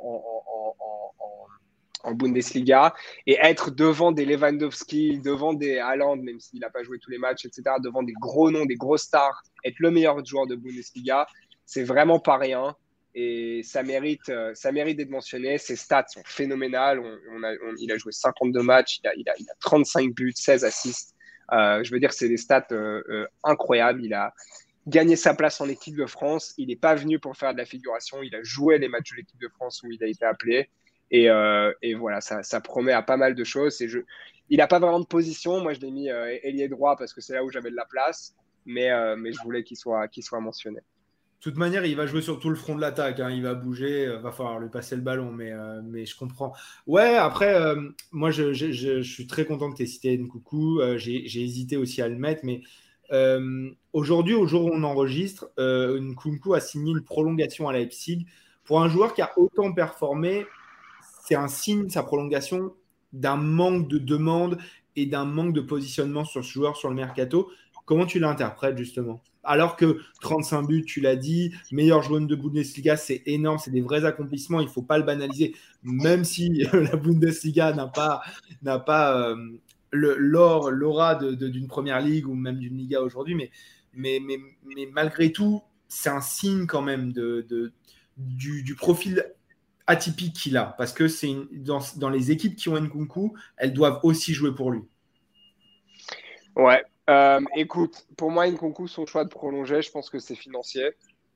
en Bundesliga, et être devant des Lewandowski, devant des Haaland, même s'il n'a pas joué tous les matchs, etc., devant des gros noms, des grosses stars, être le meilleur joueur de Bundesliga, c'est vraiment pas rien. Et ça mérite d'être mentionné. Ses stats sont phénoménales. Il a joué 52 matchs, il a 35 buts, 16 assists. Je veux dire, c'est des stats incroyables. Il a gagné sa place en équipe de France. Il n'est pas venu pour faire de la figuration. Il a joué les matchs de l'équipe de France où il a été appelé. Et voilà, ça promet à pas mal de choses. Il n'a pas vraiment de position. Moi, je l'ai mis ailier droit parce que c'est là où j'avais de la place. Mais je voulais qu'il soit mentionné. De toute manière, il va jouer sur tout le front de l'attaque. Il va bouger. Va falloir lui passer le ballon. Mais je comprends. Ouais, après, moi, je suis très content que tu aies cité Nkunku. J'ai hésité aussi à le mettre. Mais aujourd'hui, au jour où on enregistre, Nkunku a signé une prolongation à Leipzig. Pour un joueur qui a autant performé, c'est un signe, sa prolongation, d'un manque de demande et d'un manque de positionnement sur ce joueur sur le mercato. Comment tu l'interprètes justement? Alors que 35 buts, tu l'as dit, meilleur joueur de Bundesliga, c'est énorme, c'est des vrais accomplissements, il ne faut pas le banaliser, même si la Bundesliga n'a pas l'aura d'une première ligue ou même d'une Liga aujourd'hui, mais malgré tout, c'est un signe quand même du profil atypique qu'il a, parce que dans les équipes qui ont Nkunku, elles doivent aussi jouer pour lui. Ouais. Écoute, pour moi, Nkunku, son choix de prolonger, je pense que c'est financier.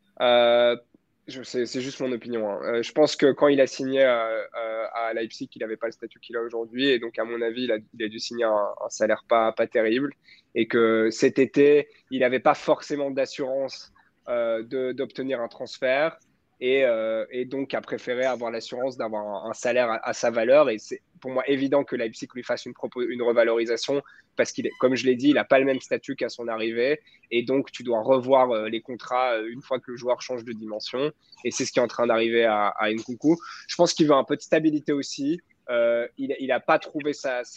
C'est juste mon opinion. Hein. Je pense que quand il a signé à Leipzig, il n'avait pas le statut qu'il a aujourd'hui. Et donc, à mon avis, il a dû signer un salaire pas terrible. Et que cet été, il n'avait pas forcément d'assurance d'obtenir un transfert. Et donc, a préféré avoir l'assurance d'avoir un salaire à sa valeur. Et c'est pour moi évident que Leipzig lui fasse une revalorisation parce comme je l'ai dit, il n'a pas le même statut qu'à son arrivée. Et donc, tu dois revoir les contrats une fois que le joueur change de dimension. Et c'est ce qui est en train d'arriver à Nkunku. Je pense qu'il veut un peu de stabilité aussi. Il n'a pas trouvé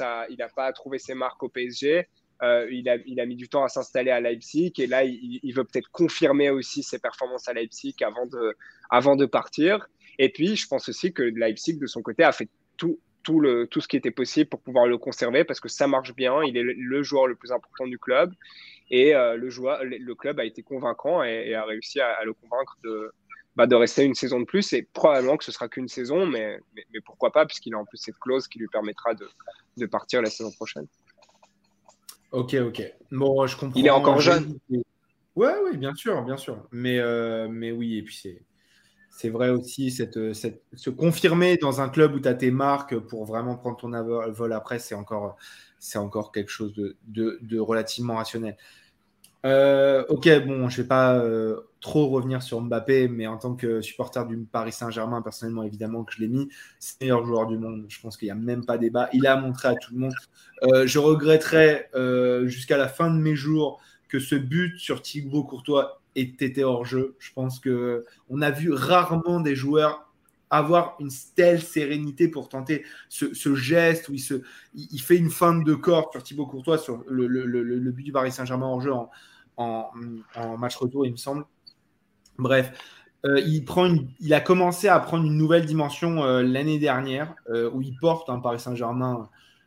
ses marques au PSG. Il a mis du temps à s'installer à Leipzig. Et là, il veut peut-être confirmer aussi ses performances à Leipzig avant de partir. Et puis, je pense aussi que Leipzig, de son côté, a fait tout ce qui était possible pour pouvoir le conserver parce que ça marche bien. Il est le joueur le plus important du club et le club a été convaincant et a réussi à le convaincre de rester une saison de plus. Et probablement que ce sera qu'une saison, mais pourquoi pas, puisqu'il a en plus cette clause qui lui permettra de partir la saison prochaine. Ok. Bon, je comprends. Il est encore jeune. Ouais, bien sûr. Mais oui, et puis c'est vrai aussi, se confirmer dans un club où tu as tes marques pour vraiment prendre ton vol après, c'est encore quelque chose de relativement rationnel. Ok, bon, je ne vais pas trop revenir sur Mbappé, mais en tant que supporter du Paris Saint-Germain, personnellement, évidemment que je l'ai mis, c'est le meilleur joueur du monde. Je pense qu'il n'y a même pas débat. Il a montré à tout le monde. Je regretterais jusqu'à la fin de mes jours que ce but sur Thibaut Courtois ait été hors jeu. Je pense qu'on a vu rarement des joueurs avoir une telle sérénité pour tenter ce geste où il fait une feinte de corps sur Thibaut Courtois sur le but du Paris Saint-Germain hors jeu en match retour, il me semble. Bref, il a commencé à prendre une nouvelle dimension l'année dernière où il porte un Paris Saint-Germain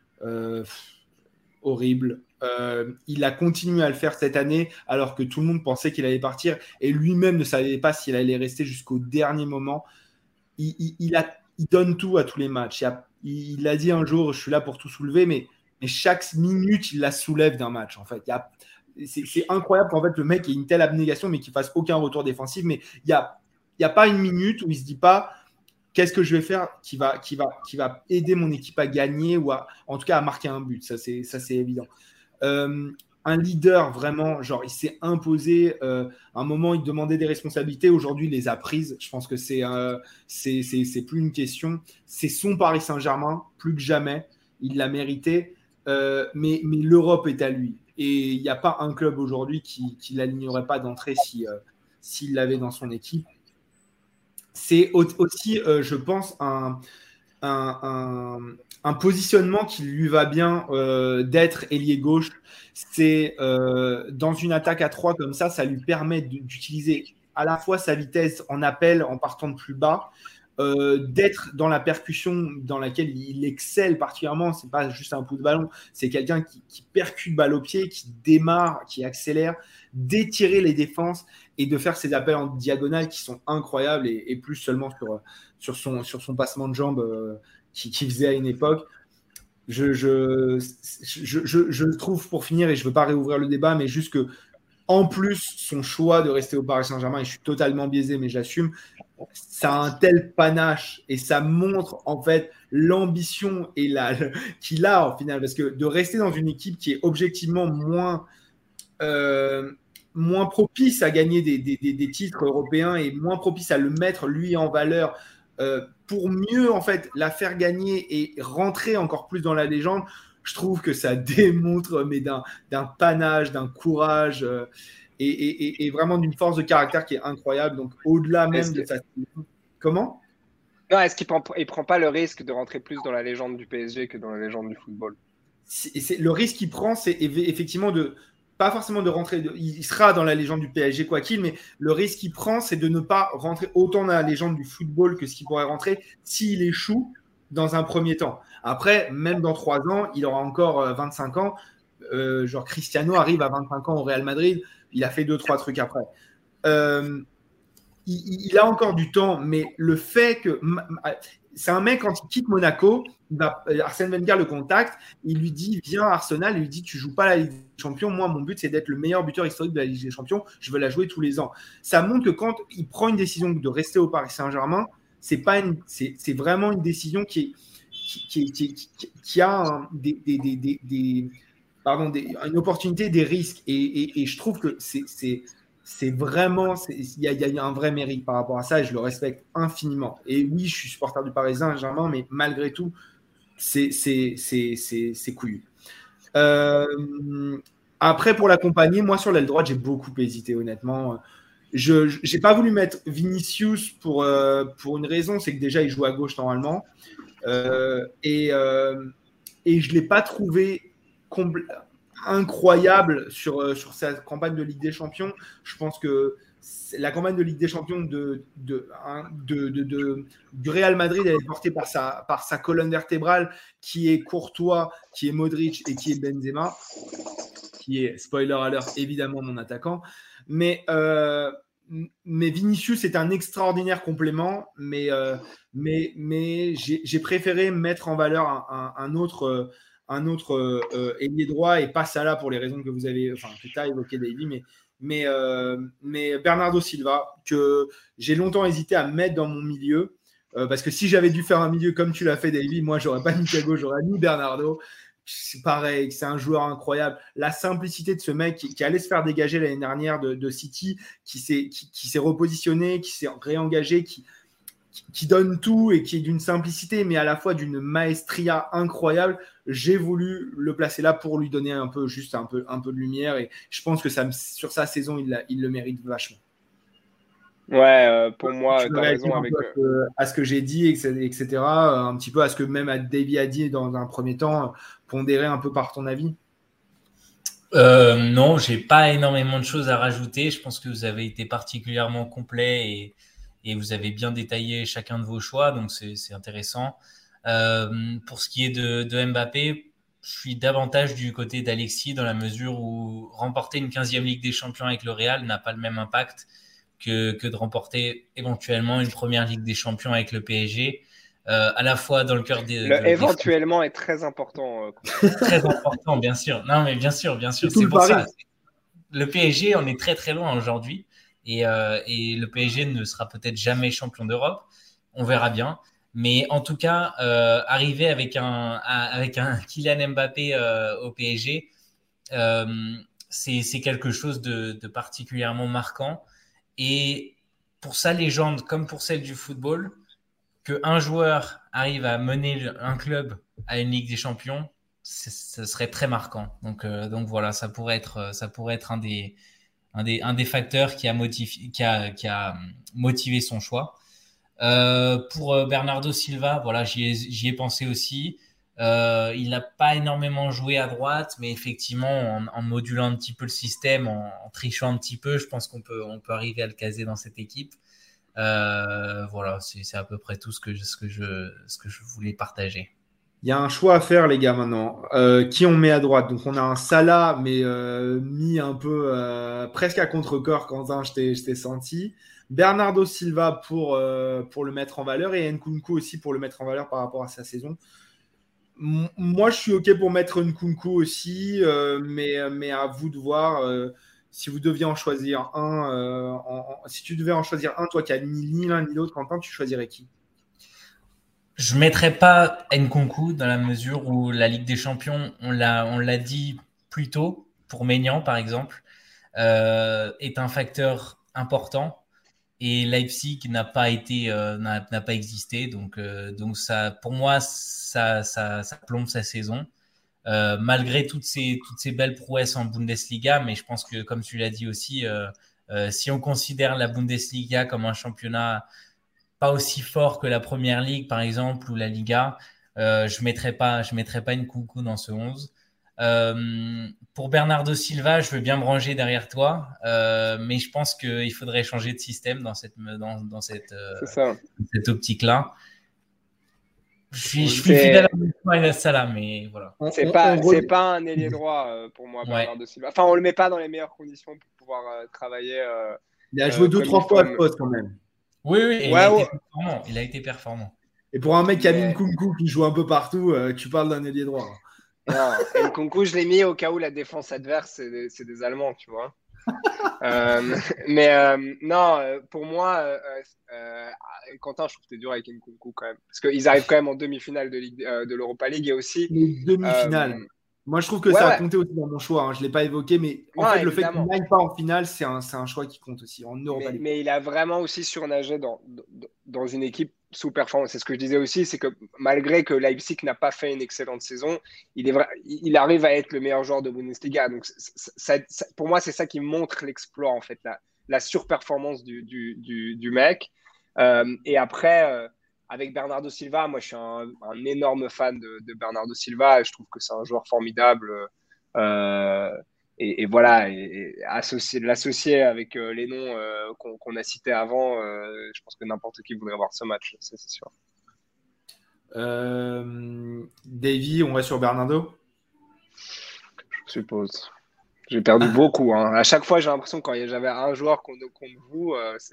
horrible. Il a continué à le faire cette année alors que tout le monde pensait qu'il allait partir et lui-même ne savait pas s'il allait rester jusqu'au dernier moment. Il donne tout à tous les matchs. Il a dit un jour, je suis là pour tout soulever, mais chaque minute, il la soulève d'un match. En fait, c'est incroyable qu'en fait le mec ait une telle abnégation, mais qu'il fasse aucun retour défensif. Mais il y a pas une minute où il se dit pas qu'est-ce que je vais faire qui va aider mon équipe à gagner ou en tout cas à marquer un but. Ça c'est évident. Un leader vraiment, genre il s'est imposé. À un moment, il demandait des responsabilités. Aujourd'hui, il les a prises. Je pense que c'est plus une question. C'est son Paris Saint-Germain, plus que jamais. Il l'a mérité. Mais l'Europe est à lui. Et il n'y a pas un club aujourd'hui qui l'alignerait pas d'entrée s'il l'avait dans son équipe. C'est aussi, je pense, un positionnement qui lui va bien d'être ailier gauche. C'est dans une attaque à 3 comme ça lui permet d'utiliser à la fois sa vitesse en appel en partant de plus bas, d'être dans la percussion dans laquelle il excelle particulièrement. C'est pas juste un coup de ballon, c'est quelqu'un qui percute balle au pied, qui démarre, qui accélère, d'étirer les défenses et de faire ses appels en diagonale qui sont incroyables et plus seulement sur son passement de jambes qui faisait à une époque. Je trouve, pour finir, et je ne veux pas réouvrir le débat, mais juste que en plus, son choix de rester au Paris Saint-Germain, et je suis totalement biaisé, mais j'assume, ça a un tel panache et ça montre en fait l'ambition qu'il a au final. Parce que de rester dans une équipe qui est objectivement moins propice à gagner des titres européens et moins propice à le mettre lui en valeur pour mieux en fait la faire gagner et rentrer encore plus dans la légende, je trouve que ça démontre mais d'un panache, d'un courage et vraiment d'une force de caractère qui est incroyable. Donc au-delà même de sa... Comment ? Non, est-ce qu'il prend pas le risque de rentrer plus dans la légende du PSG que dans la légende du football? Le risque qu'il prend, c'est effectivement pas forcément de rentrer, il sera dans la légende du PSG quoi qu'il, mais le risque qu'il prend, c'est de ne pas rentrer autant dans la légende du football que ce qu'il pourrait rentrer s'il échoue dans un premier temps. Après, même dans 3 ans, il aura encore 25 ans. Genre Cristiano arrive à 25 ans au Real Madrid, il a fait 2-3 trucs après. Il a encore du temps, mais le fait que c'est un mec, quand il quitte Monaco, Arsène Wenger le contacte, il lui dit viens à Arsenal, il lui dit tu joues pas la Ligue des Champions, moi mon but c'est d'être le meilleur buteur historique de la Ligue des Champions, je veux la jouer tous les ans. Ça montre que quand il prend une décision de rester au Paris Saint-Germain, c'est vraiment une décision qui a une opportunité, des risques, et je trouve que c'est vraiment, il y a un vrai mérite par rapport à ça et je le respecte infiniment. Et oui, je suis supporter du Paris Saint-Germain, mais malgré tout, c'est couillu. Après, pour l'accompagner, moi sur l'aile droite, j'ai beaucoup hésité, honnêtement. Je n'ai pas voulu mettre Vinicius pour une raison, c'est que déjà, il joue à gauche normalement. Et je ne l'ai pas trouvé incroyable sur sa campagne de Ligue des Champions. Je pense que la campagne de Ligue des Champions du Real Madrid, elle est portée par sa colonne vertébrale qui est Courtois, qui est Modric et qui est Benzema, qui est, spoiler alert, évidemment mon attaquant. Mais Vinicius est un extraordinaire complément, mais j'ai préféré mettre en valeur un autre ailier droit et pas Salah pour les raisons que vous avez, que tu as évoqué, Davy, mais Bernardo Silva, que j'ai longtemps hésité à mettre dans mon milieu, parce que si j'avais dû faire un milieu comme tu l'as fait, Davy, moi j'aurais pas mis Thiago, j'aurais mis Bernardo. C'est pareil, c'est un joueur incroyable. La simplicité de ce mec qui allait se faire dégager l'année dernière de City, qui s'est repositionné, qui s'est réengagé, qui donne tout et qui est d'une simplicité, mais à la fois d'une maestria incroyable. J'ai voulu le placer là pour lui donner un peu de lumière, et je pense que sur sa saison, il le mérite vachement. Ouais, pour moi, tu as raison à ce que j'ai dit, etc. Un petit peu à ce que même Davy a dit dans un premier temps, pondérer un peu par ton avis. Non, j'ai pas énormément de choses à rajouter. Je pense que vous avez été particulièrement complet et vous avez bien détaillé chacun de vos choix, donc c'est intéressant. Pour ce qui est de Mbappé, je suis davantage du côté d'Alexis dans la mesure où remporter une 15e Ligue des Champions avec le Real n'a pas le même impact que de remporter éventuellement une première Ligue des Champions avec le PSG, à la fois dans le cœur éventuellement est très important. Très important, bien sûr. Non, mais bien sûr, c'est pour ça. Le PSG, on est très très loin aujourd'hui, et le PSG ne sera peut-être jamais champion d'Europe. On verra bien. Mais en tout cas, arriver avec un Kylian Mbappé au PSG, c'est quelque chose de particulièrement marquant. Et pour sa légende, comme pour celle du football, qu'un joueur arrive à mener un club à une Ligue des Champions, ce serait très marquant. Donc voilà, ça pourrait être un des facteurs qui a motivé son choix. Pour Bernardo Silva, voilà, j'y ai pensé aussi. Il n'a pas énormément joué à droite, mais effectivement, en modulant un petit peu le système, en trichant un petit peu, je pense qu'on peut arriver à le caser dans cette équipe. Voilà, c'est à peu près tout ce que je voulais partager. Il y a un choix à faire, les gars, maintenant. Qui on met à droite? Donc, on a un Salah, mais mis un peu presque à contre-cœur, Quentin, je t'ai senti. Bernardo Silva pour le mettre en valeur, et Nkunku aussi pour le mettre en valeur par rapport à sa saison. Moi, je suis OK pour mettre Nkunku aussi, mais à vous de voir. Si vous deviez en choisir un, si tu devais en choisir un, toi qui n'as ni l'un ni l'autre, Quentin, tu choisirais qui? Je ne mettrais pas Nkunku dans la mesure où la Ligue des Champions, on l'a dit plus tôt, pour Maignan par exemple, est un facteur important, et Leipzig n'a pas existé, donc ça, pour moi, ça plombe sa saison. Malgré toutes ces belles prouesses en Bundesliga, mais je pense que, comme tu l'as dit aussi, si on considère la Bundesliga comme un championnat pas aussi fort que la Première Ligue, par exemple, ou la Liga. Je mettrais pas Nkunku dans ce 11. Pour Bernardo Silva, je veux bien me ranger derrière toi, mais je pense qu'il faudrait changer de système dans cette optique-là. Je suis fidèle à Salah, mais voilà. C'est pas un ailier droit pour moi, Bernardo Silva. Enfin, on le met pas dans les meilleures conditions pour pouvoir travailler. Il a joué 2-3 fois le poste quand même. Oui, il a été performant. Et pour un mec qui a mis Nkunku qui joue un peu partout, tu parles d'un ailier droit. Non, Nkunku, je l'ai mis au cas où la défense adverse, c'est des Allemands, tu vois. Non, pour moi, Quentin, je trouve que t'es dur avec Nkunku quand même. Parce qu'ils arrivent quand même en demi-finale de l'Europa League et aussi. Les demi-finales. Moi, je trouve que ça a compté aussi dans mon choix. Hein. Je ne l'ai pas évoqué, mais en fait, le fait qu'il n'aille pas en finale, c'est un choix qui compte aussi en Europa League. Mais il a vraiment aussi surnagé dans une équipe sous-performance. C'est ce que je disais aussi, c'est que malgré que Leipzig n'a pas fait une excellente saison, il arrive à être le meilleur joueur de Bundesliga. Donc, pour moi, c'est ça qui montre l'exploit, en fait, la surperformance du mec. Et après, avec Bernardo Silva, moi, je suis un énorme fan de Bernardo Silva. Je trouve que c'est un joueur formidable. Et voilà, l'associer avec les noms qu'on a cités avant, je pense que n'importe qui voudrait voir ce match, c'est sûr. Davy, on va sur Bernardo? Je suppose. J'ai perdu beaucoup. Hein. À chaque fois, j'ai l'impression que quand j'avais un joueur contre vous,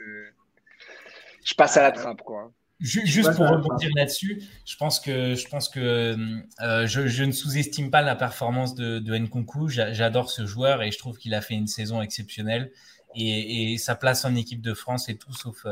je passe à la trappe, quoi. Juste pour rebondir là-dessus, je pense que je ne sous-estime pas la performance de Nkunku. J'adore ce joueur et je trouve qu'il a fait une saison exceptionnelle et sa place en équipe de France et tout sauf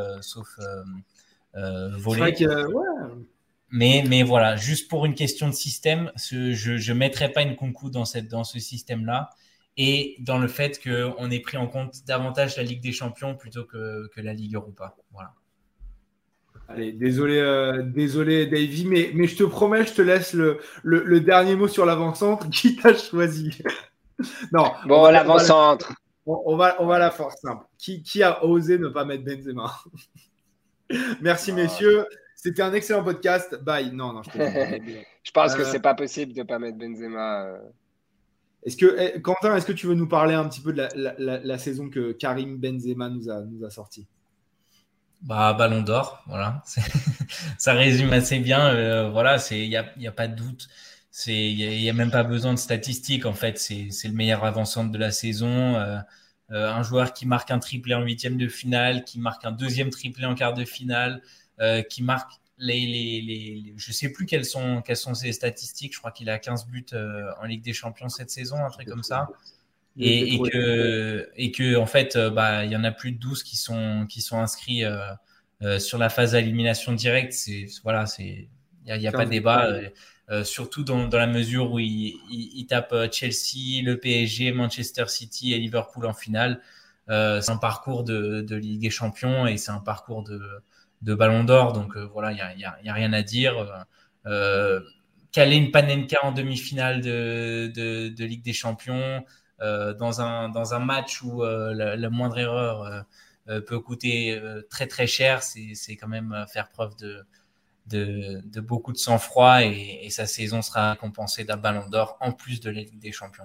volley. Mais voilà, juste pour une question de système, je mettrais pas Nkunku dans ce système-là et dans le fait qu'on ait pris en compte davantage la Ligue des Champions plutôt que la Ligue Europa. Voilà. Allez, désolé Davy, mais je te promets, je te laisse le dernier mot sur l'avant-centre. Qui t'a choisi? Non. Bon, l'avant-centre. On va la faire simple. Qui a osé ne pas mettre Benzema? Merci messieurs. C'était un excellent podcast. Bye. Non, je pense que c'est pas possible de pas mettre Benzema. Quentin, est-ce que tu veux nous parler un petit peu de la saison que Karim Benzema nous a sorti? Ballon d'or, voilà. Ça résume assez bien. Voilà, il y a pas de doute. Il y a même pas besoin de statistiques. En fait, c'est le meilleur avant-centre de la saison. Un joueur qui marque un triplé en huitième de finale, qui marque un deuxième triplé en quart de finale, qui marque je sais plus quelles sont ses statistiques. Je crois qu'il a 15 buts en Ligue des Champions cette saison, un truc comme ça. Et que en fait il y en a plus de 12 qui sont inscrits sur la phase d'élimination directe. Il y a pas de débat, surtout dans la mesure où il tape Chelsea, le PSG, Manchester City et Liverpool en finale. C'est un parcours de Ligue des Champions et c'est un parcours de Ballon d'Or, donc voilà, il y a rien à dire. Caler une Panenka en demi-finale de Ligue des Champions dans un match où la moindre erreur peut coûter très très cher, c'est quand même faire preuve de beaucoup de sang-froid et sa saison sera récompensée d'un Ballon d'Or en plus de la Ligue des Champions.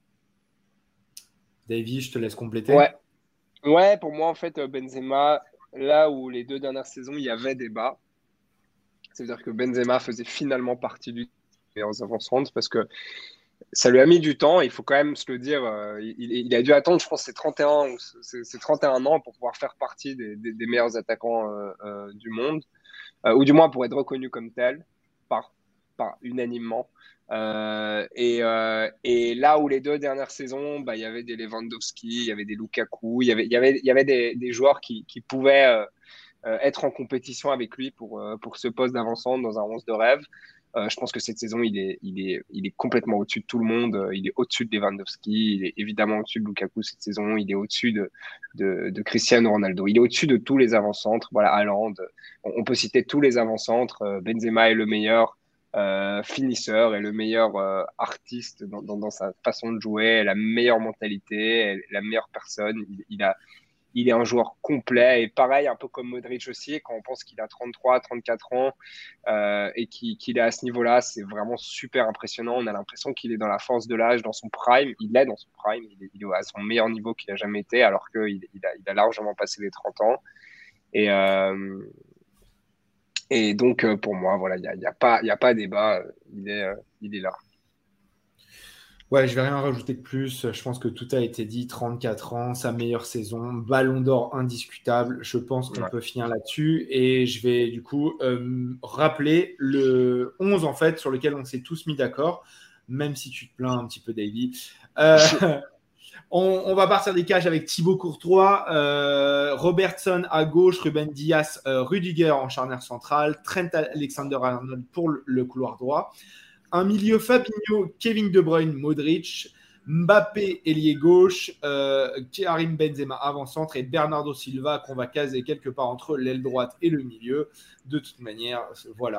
Davy, je te laisse compléter. Ouais, pour moi en fait Benzema, là où les 2 dernières saisons il y avait débat, c'est-à-dire que Benzema faisait finalement partie du meilleurs avant-centres parce que ça lui a mis du temps, il faut quand même se le dire. Il a dû attendre, je pense, ses 31 ans pour pouvoir faire partie des meilleurs attaquants du monde, ou du moins pour être reconnu comme tel, par unanimement. Et là où les 2 dernières saisons, il y avait des Lewandowski, il y avait des Lukaku, il y avait des joueurs qui pouvaient être en compétition avec lui pour ce poste d'avant-centre dans un 11 de rêve. Je pense que cette saison, il est complètement au-dessus de tout le monde. Il est au-dessus de Lewandowski. Il est évidemment au-dessus de Lukaku cette saison. Il est au-dessus de Cristiano Ronaldo. Il est au-dessus de tous les avant-centres. Voilà, Haaland. On peut citer tous les avant-centres. Benzema est le meilleur finisseur et le meilleur artiste dans sa façon de jouer, la meilleure mentalité, la meilleure personne. il est un joueur complet. Et pareil, un peu comme Modric aussi, quand on pense qu'il a 33, 34 ans et qu'il est à ce niveau-là, c'est vraiment super impressionnant. On a l'impression qu'il est dans la force de l'âge, dans son prime. Il est dans son prime, il est à son meilleur niveau qu'il a jamais été, alors qu'il a largement passé les 30 ans. Et donc, pour moi, voilà, il y a pas débat. Il est là. Ouais, je vais rien rajouter de plus. Je pense que tout a été dit. 34 ans, sa meilleure saison, ballon d'or indiscutable. Je pense qu'on peut finir là-dessus. Et je vais du coup rappeler le 11 en fait sur lequel on s'est tous mis d'accord, même si tu te plains un petit peu, Davy. On va partir des cages avec Thibaut Courtois, Robertson à gauche, Ruben Dias, Rudiger en charnière centrale, Trent Alexander-Arnold pour le couloir droit. Un milieu Fabinho, Kevin De Bruyne, Modric, Mbappé ailier gauche, Karim Benzema avant-centre et Bernardo Silva qu'on va caser quelque part entre l'aile droite et le milieu. De toute manière, voilà.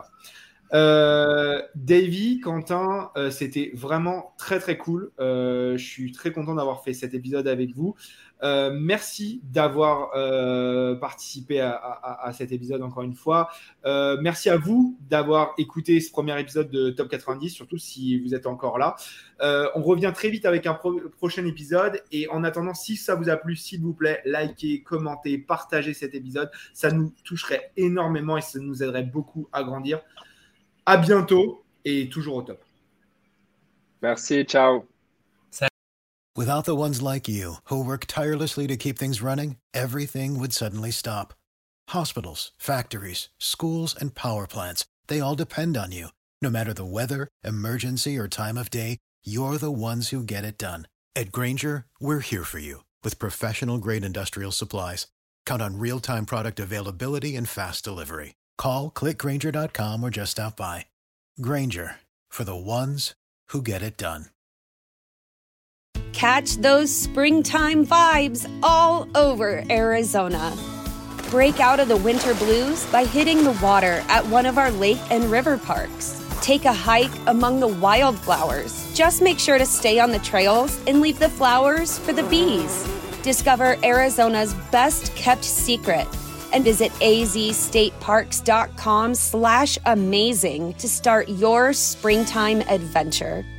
Davy, Quentin, c'était vraiment très très cool. Je suis très content d'avoir fait cet épisode avec vous. Merci d'avoir participé à cet épisode encore une fois. Merci à vous d'avoir écouté ce premier épisode de Top 90, surtout si vous êtes encore là. On revient très vite avec un prochain épisode. Et en attendant, si ça vous a plu, s'il vous plaît, likez, commentez, partagez cet épisode. Ça nous toucherait énormément et ça nous aiderait beaucoup à grandir. À bientôt et toujours au top. Merci, ciao. Without the ones like you, who work tirelessly to keep things running, everything would suddenly stop. Hospitals, factories, schools, and power plants, they all depend on you. No matter the weather, emergency, or time of day, you're the ones who get it done. At Grainger, we're here for you with professional-grade industrial supplies. Count on real-time product availability and fast delivery. Call, click Grainger.com, or just stop by. Grainger, for the ones who get it done. Catch those springtime vibes all over Arizona. Break out of the winter blues by hitting the water at one of our lake and river parks. Take a hike among the wildflowers. Just make sure to stay on the trails and leave the flowers for the bees. Discover Arizona's best-kept secret and visit azstateparks.com/amazing to start your springtime adventure.